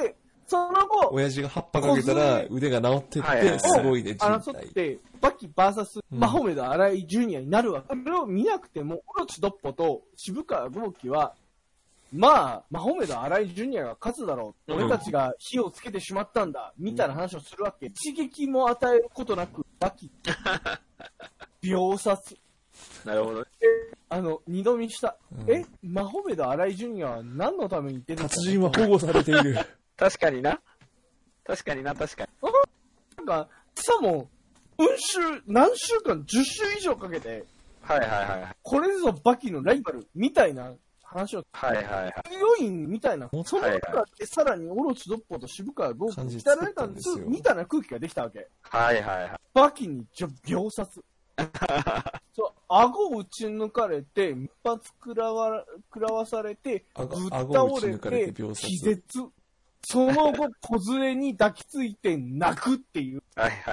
その後、 親父が葉っぱかけたら腕が治ってって、すごいね、 争って、バキ VS マホメド・アライ・ジュニアになるわけ。それを見なくても、オロチ・ドッポと渋川豪樹は、まあ、マホメド・アライ・ジュニアが勝つだろう。俺たちが火をつけてしまったんだ。みたいな話をするわけ。一撃も与えることなく、バキ、秒殺。 なるほど。 二度見した。マホメド・アライ・ジュニアは何のために出てたの？ 達人は保護されている。 確かにな。確かにな、確かに。 なんか、さも、何週間、10週以上かけて、 はいはいはい。 これぞバキのライバル、みたいな話を、 はいはいはい。 強いみたいな、その中でさらにオロチドッポと渋川豪樹を鍛えられたんです、みたいな空気ができたわけ。 はいはいはい。 バキに秒殺。そう、顎を打ち抜かれて、一発食らわされて、ぶっ倒れて、気絶。その後、小連れに抱きついて泣くっていう。 はいはい。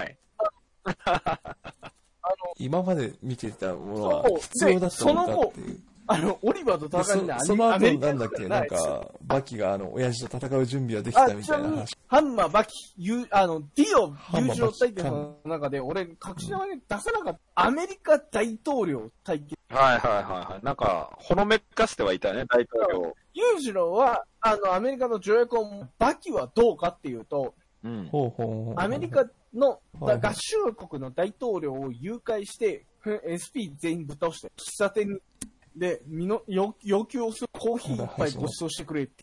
今まで見てたものは必要だったのかっていう。 オリバーと戦いにその後なんだっけ、なんか、バキが親父と戦う準備はできたみたいな話。 ハンマー、バキ、ディオ、友情対決の中で、俺、隠し名前で出さなかった。アメリカ大統領対決。 はいはいはい。なんか、ほのめかしてはいたね、大統領。 裕次郎は、アメリカの条約を、バキはどうかっていうと、アメリカの合衆国の大統領を誘拐して、SP 全員ぶっ倒して、喫茶店で要求をするコーヒー一杯ご馳走してくれって。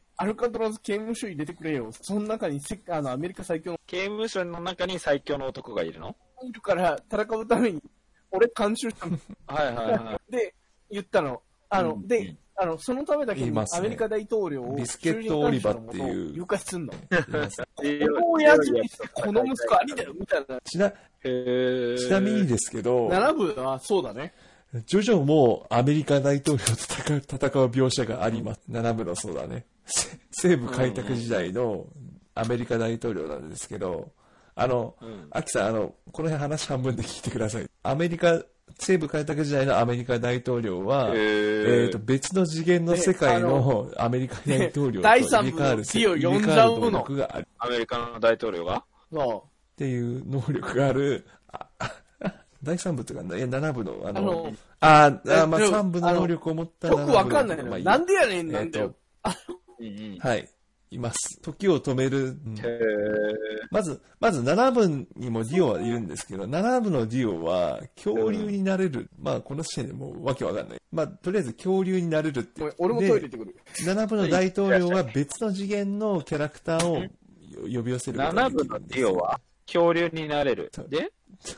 アルカトラズ刑務所入れてくれよ。その中にアメリカ最強の。 刑務所の中に最強の男がいるの？ いるから戦うために、俺監修したの。 はいはいはい。 で、言ったの。で、そのためだけにアメリカ大統領をビスケットオリバっていう誘拐すんの。この親父にしてこの息子ありだよみたいな。 ちなみにですけど、 7部はそうだね。 ジョジョもアメリカ大統領と戦う描写があります。7部のそうだね。西部開拓時代のアメリカ大統領なんですけど、アキさん、この辺話半分で聞いてください。西部開拓時代のアメリカ大統領は、別の次元の世界のアメリカ大統領と入れ替わる能力がある。 アメリカの大統領がそう。 っていう能力がある。第3部というか、7部の、3部の能力を持った7部の。 よくわかんないの。なんでやねんなんだよ。 はい。います。時を止める。まず7部にもディオはいるんですけど、7部のディオは恐竜になれる。まあ、この時点でもうわけわかんない。まあ、とりあえず恐竜になれるって。 俺もトイレ行ってくる。 7部の大統領は別の次元のキャラクターを呼び寄せることができるんです。 7部のディオは恐竜になれる。で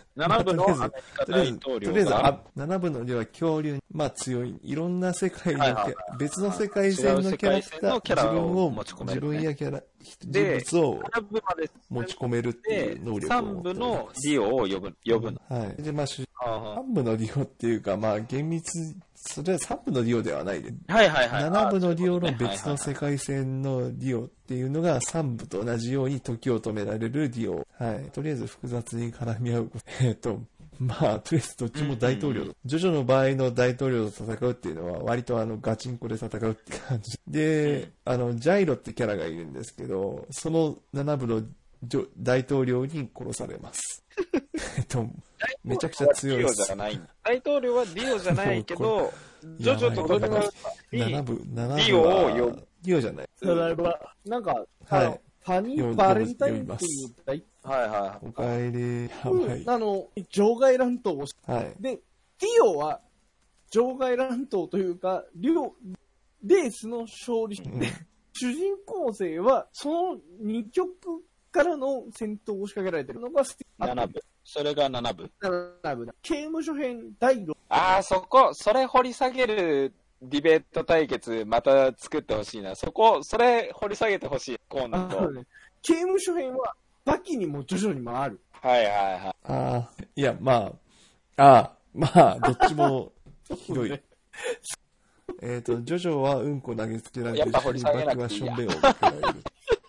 7部のアメリカ大統領とりあえず7部のでは恐竜、まあ強い。いろんな世界の、別の世界線のキャラクター、自分や人物を持ち込めるっていう能力を持って 3部のディオを呼ぶの。 はい。で、まあ、3部のディオっていうか、まあ、厳密、それは3部のディオではないで。7部のディオの別の世界線のディオっていうのが3部と同じように時を止められるディオ。はい。とりあえず複雑に絡み合う。まあ、とりあえずどっちも大統領。ジョジョの場合の大統領と戦うっていうのは、割とガチンコで戦うって感じ。で、ジャイロってキャラがいるんですけど、その7部の大統領に殺されます。めちゃくちゃ強いです。 大統領はディオじゃないけど、ジョジョと戦う 7部ディオを呼ぶ。 ディオじゃない。 なんか、 はい。 ファニーバレンタインっていう大おかえり。 場外乱闘をして、 はい、 で、ディオは場外乱闘というか、レースの勝利者で、主人公勢はその2曲からの戦闘を仕掛けられているのが 7部。それが7部。 7部だ。刑務所編第6。 それ掘り下げるディベート対決また作ってほしいな。それ掘り下げてほしい、今度。 刑務所編は、バキにもジョジョにもある。 はいはいはい。 いや、まあ、どっちも広い。ジョジョはうんこ投げつけられてるし、バキはションベンをかけられる。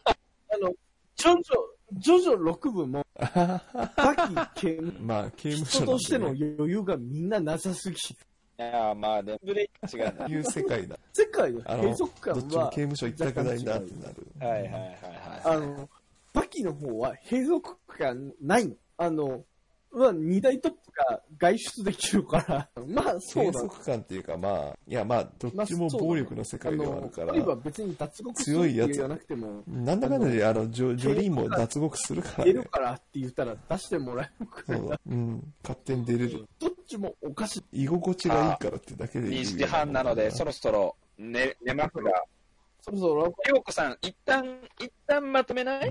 ジョジョ6部も、バキ刑務まあ、刑務所人としての余裕がみんななさすぎ。 やまあね、ブレイク違うな。 いう世界だ。 世界の閉塞感は、 どっちも刑務所行きたくないなってなる。 はいはいはいはい。 バキの方は閉塞感ないの。まあ、二大トップが外出できるから、まあ、そうだ。 閉塞感っていうか、まあ、いや、まあ、どっちも暴力の世界ではあるから。 例えば別に脱獄するって言わなくても。 なんだかんだで、ジョリーンも脱獄するからね。 出るからって言ったら出してもらえるから。そうだ。 うん。勝手に出れる。 どっちもおかしい。 居心地がいいからってだけでいい。 2時半なので、そろそろ寝ますが。 そろそろ。 りょうこさん、一旦まとめない？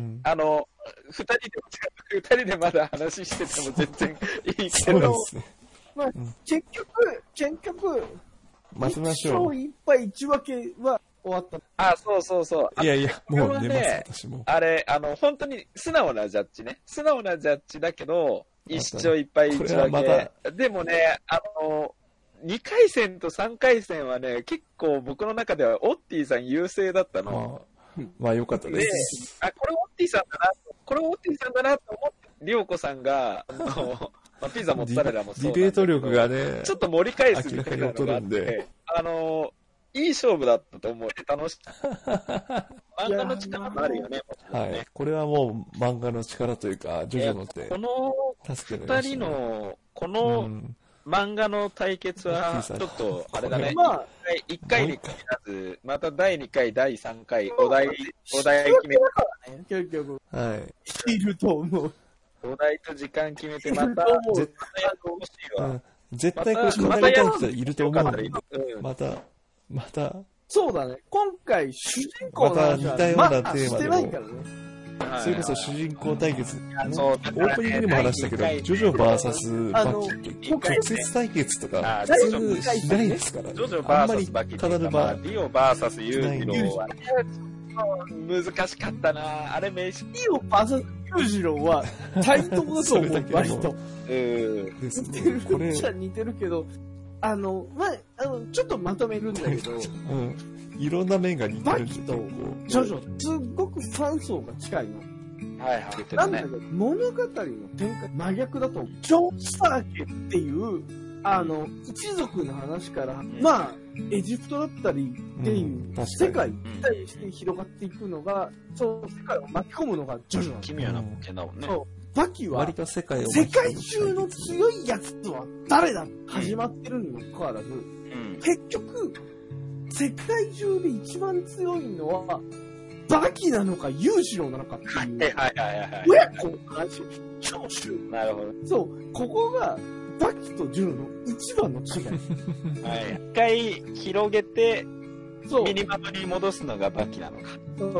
二人でまだ話してても全然いいけど。そうですね。 まあ、結局、 まとめましょう。 1勝1敗1分けは終わった。 あ、そう。 いや、もう寝ます、私も。 あれ、本当に素直なジャッジね。素直なジャッジだけど、1勝1敗1分け。でもね、2回戦と3回戦はね、結構僕の中ではオッティさん優勢だったの。 まあ良かったです。 これオッティさんだなと思って、りょうこさんが、ピザモッツァレラもそうディベート力がね、 ちょっと盛り返すみたいなのがあって、いい勝負だったと思う。楽しい。漫画の力もあるよね。 はい。これはもう漫画の力というか、ジョジョのって。 この2人の、この、漫画の対決は、ちょっと、あれだね。1回に限らず、また第2回、第3回、お題決めて。 結局。 はい。 いると思う。 お題と時間決めて、また、 絶対欲しいわ。絶対これ語りたい人いると思うので、また。 そうだね。今回、主人公の話はまた似たようなテーマでしてないからね。 それこそ主人公対決、オープニングでも話したけど、ジョジョ VS バキって直接対決とか普通しないですから、 ジョジョ VS バキっていうか、リオ VS ユージローは難しかったな。あれ名刺。 リオ VS ユージローは対等だと思う、割と。似てる。これじゃ似てるけど、まあ、ちょっとまとめるんだけど、 いろんな面が似てる。 バキとジョジョ、すっごくファン層が近いの。 はいはい。 なんだけど、物語の展開、真逆だと、ジョン・スター家っていう、一族の話から、まあ、エジプトだったりっていう世界に対して広がっていくのが、その世界を巻き込むのがジョジョなんです。 奇妙な冒険だもんね。 バキは、世界中の強いやつは誰だ始まってるにもかかわらず、結局、世界中で一番強いのは、バキなのか、ユージローなのかっていう、親子の話、教習。 なるほど。 そう、ここが、バキとジュノの一番の違い。 はい。一回広げて、ミニマムに戻すのがバキなのか。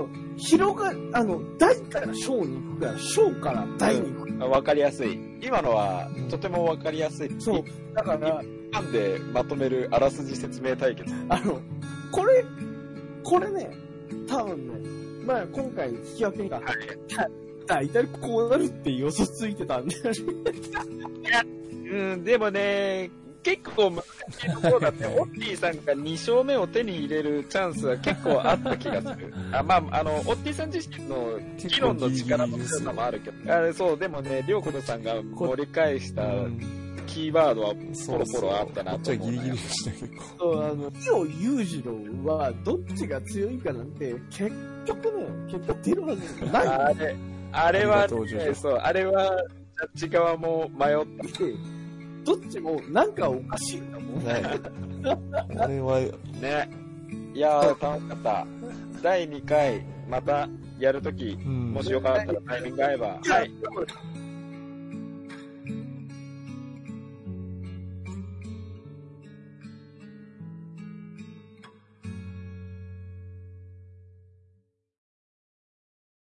大から小に行くから、小から大に行く。 わかりやすい。今のは、とてもわかりやすい。 そう。だから、 なんでまとめるあらすじ説明対決。 これね、多分ね、まあ今回引き分けが、大体こうなるって予想ついてたんで。 でもね、結構難しいところだって、オッティさんが2勝目を手に入れるチャンスは結構あった気がする。オッティさん自身の議論の力の強さもあるけど、そう、でもね、りょうことさんが盛り返したキーワードはポロポロあったなと思う。 ギリギリでした結構。 そう、リオ裕次郎はどっちが強いかなんて、結局出るはずない。 あれは、そう、あれは、ジャッジ側も迷った。 どっちもなんかおかしいんだもんね。 あれは、 ね。いやー、楽しかった。第2回、またやるとき、もしよかったらタイミング合えば。 はい。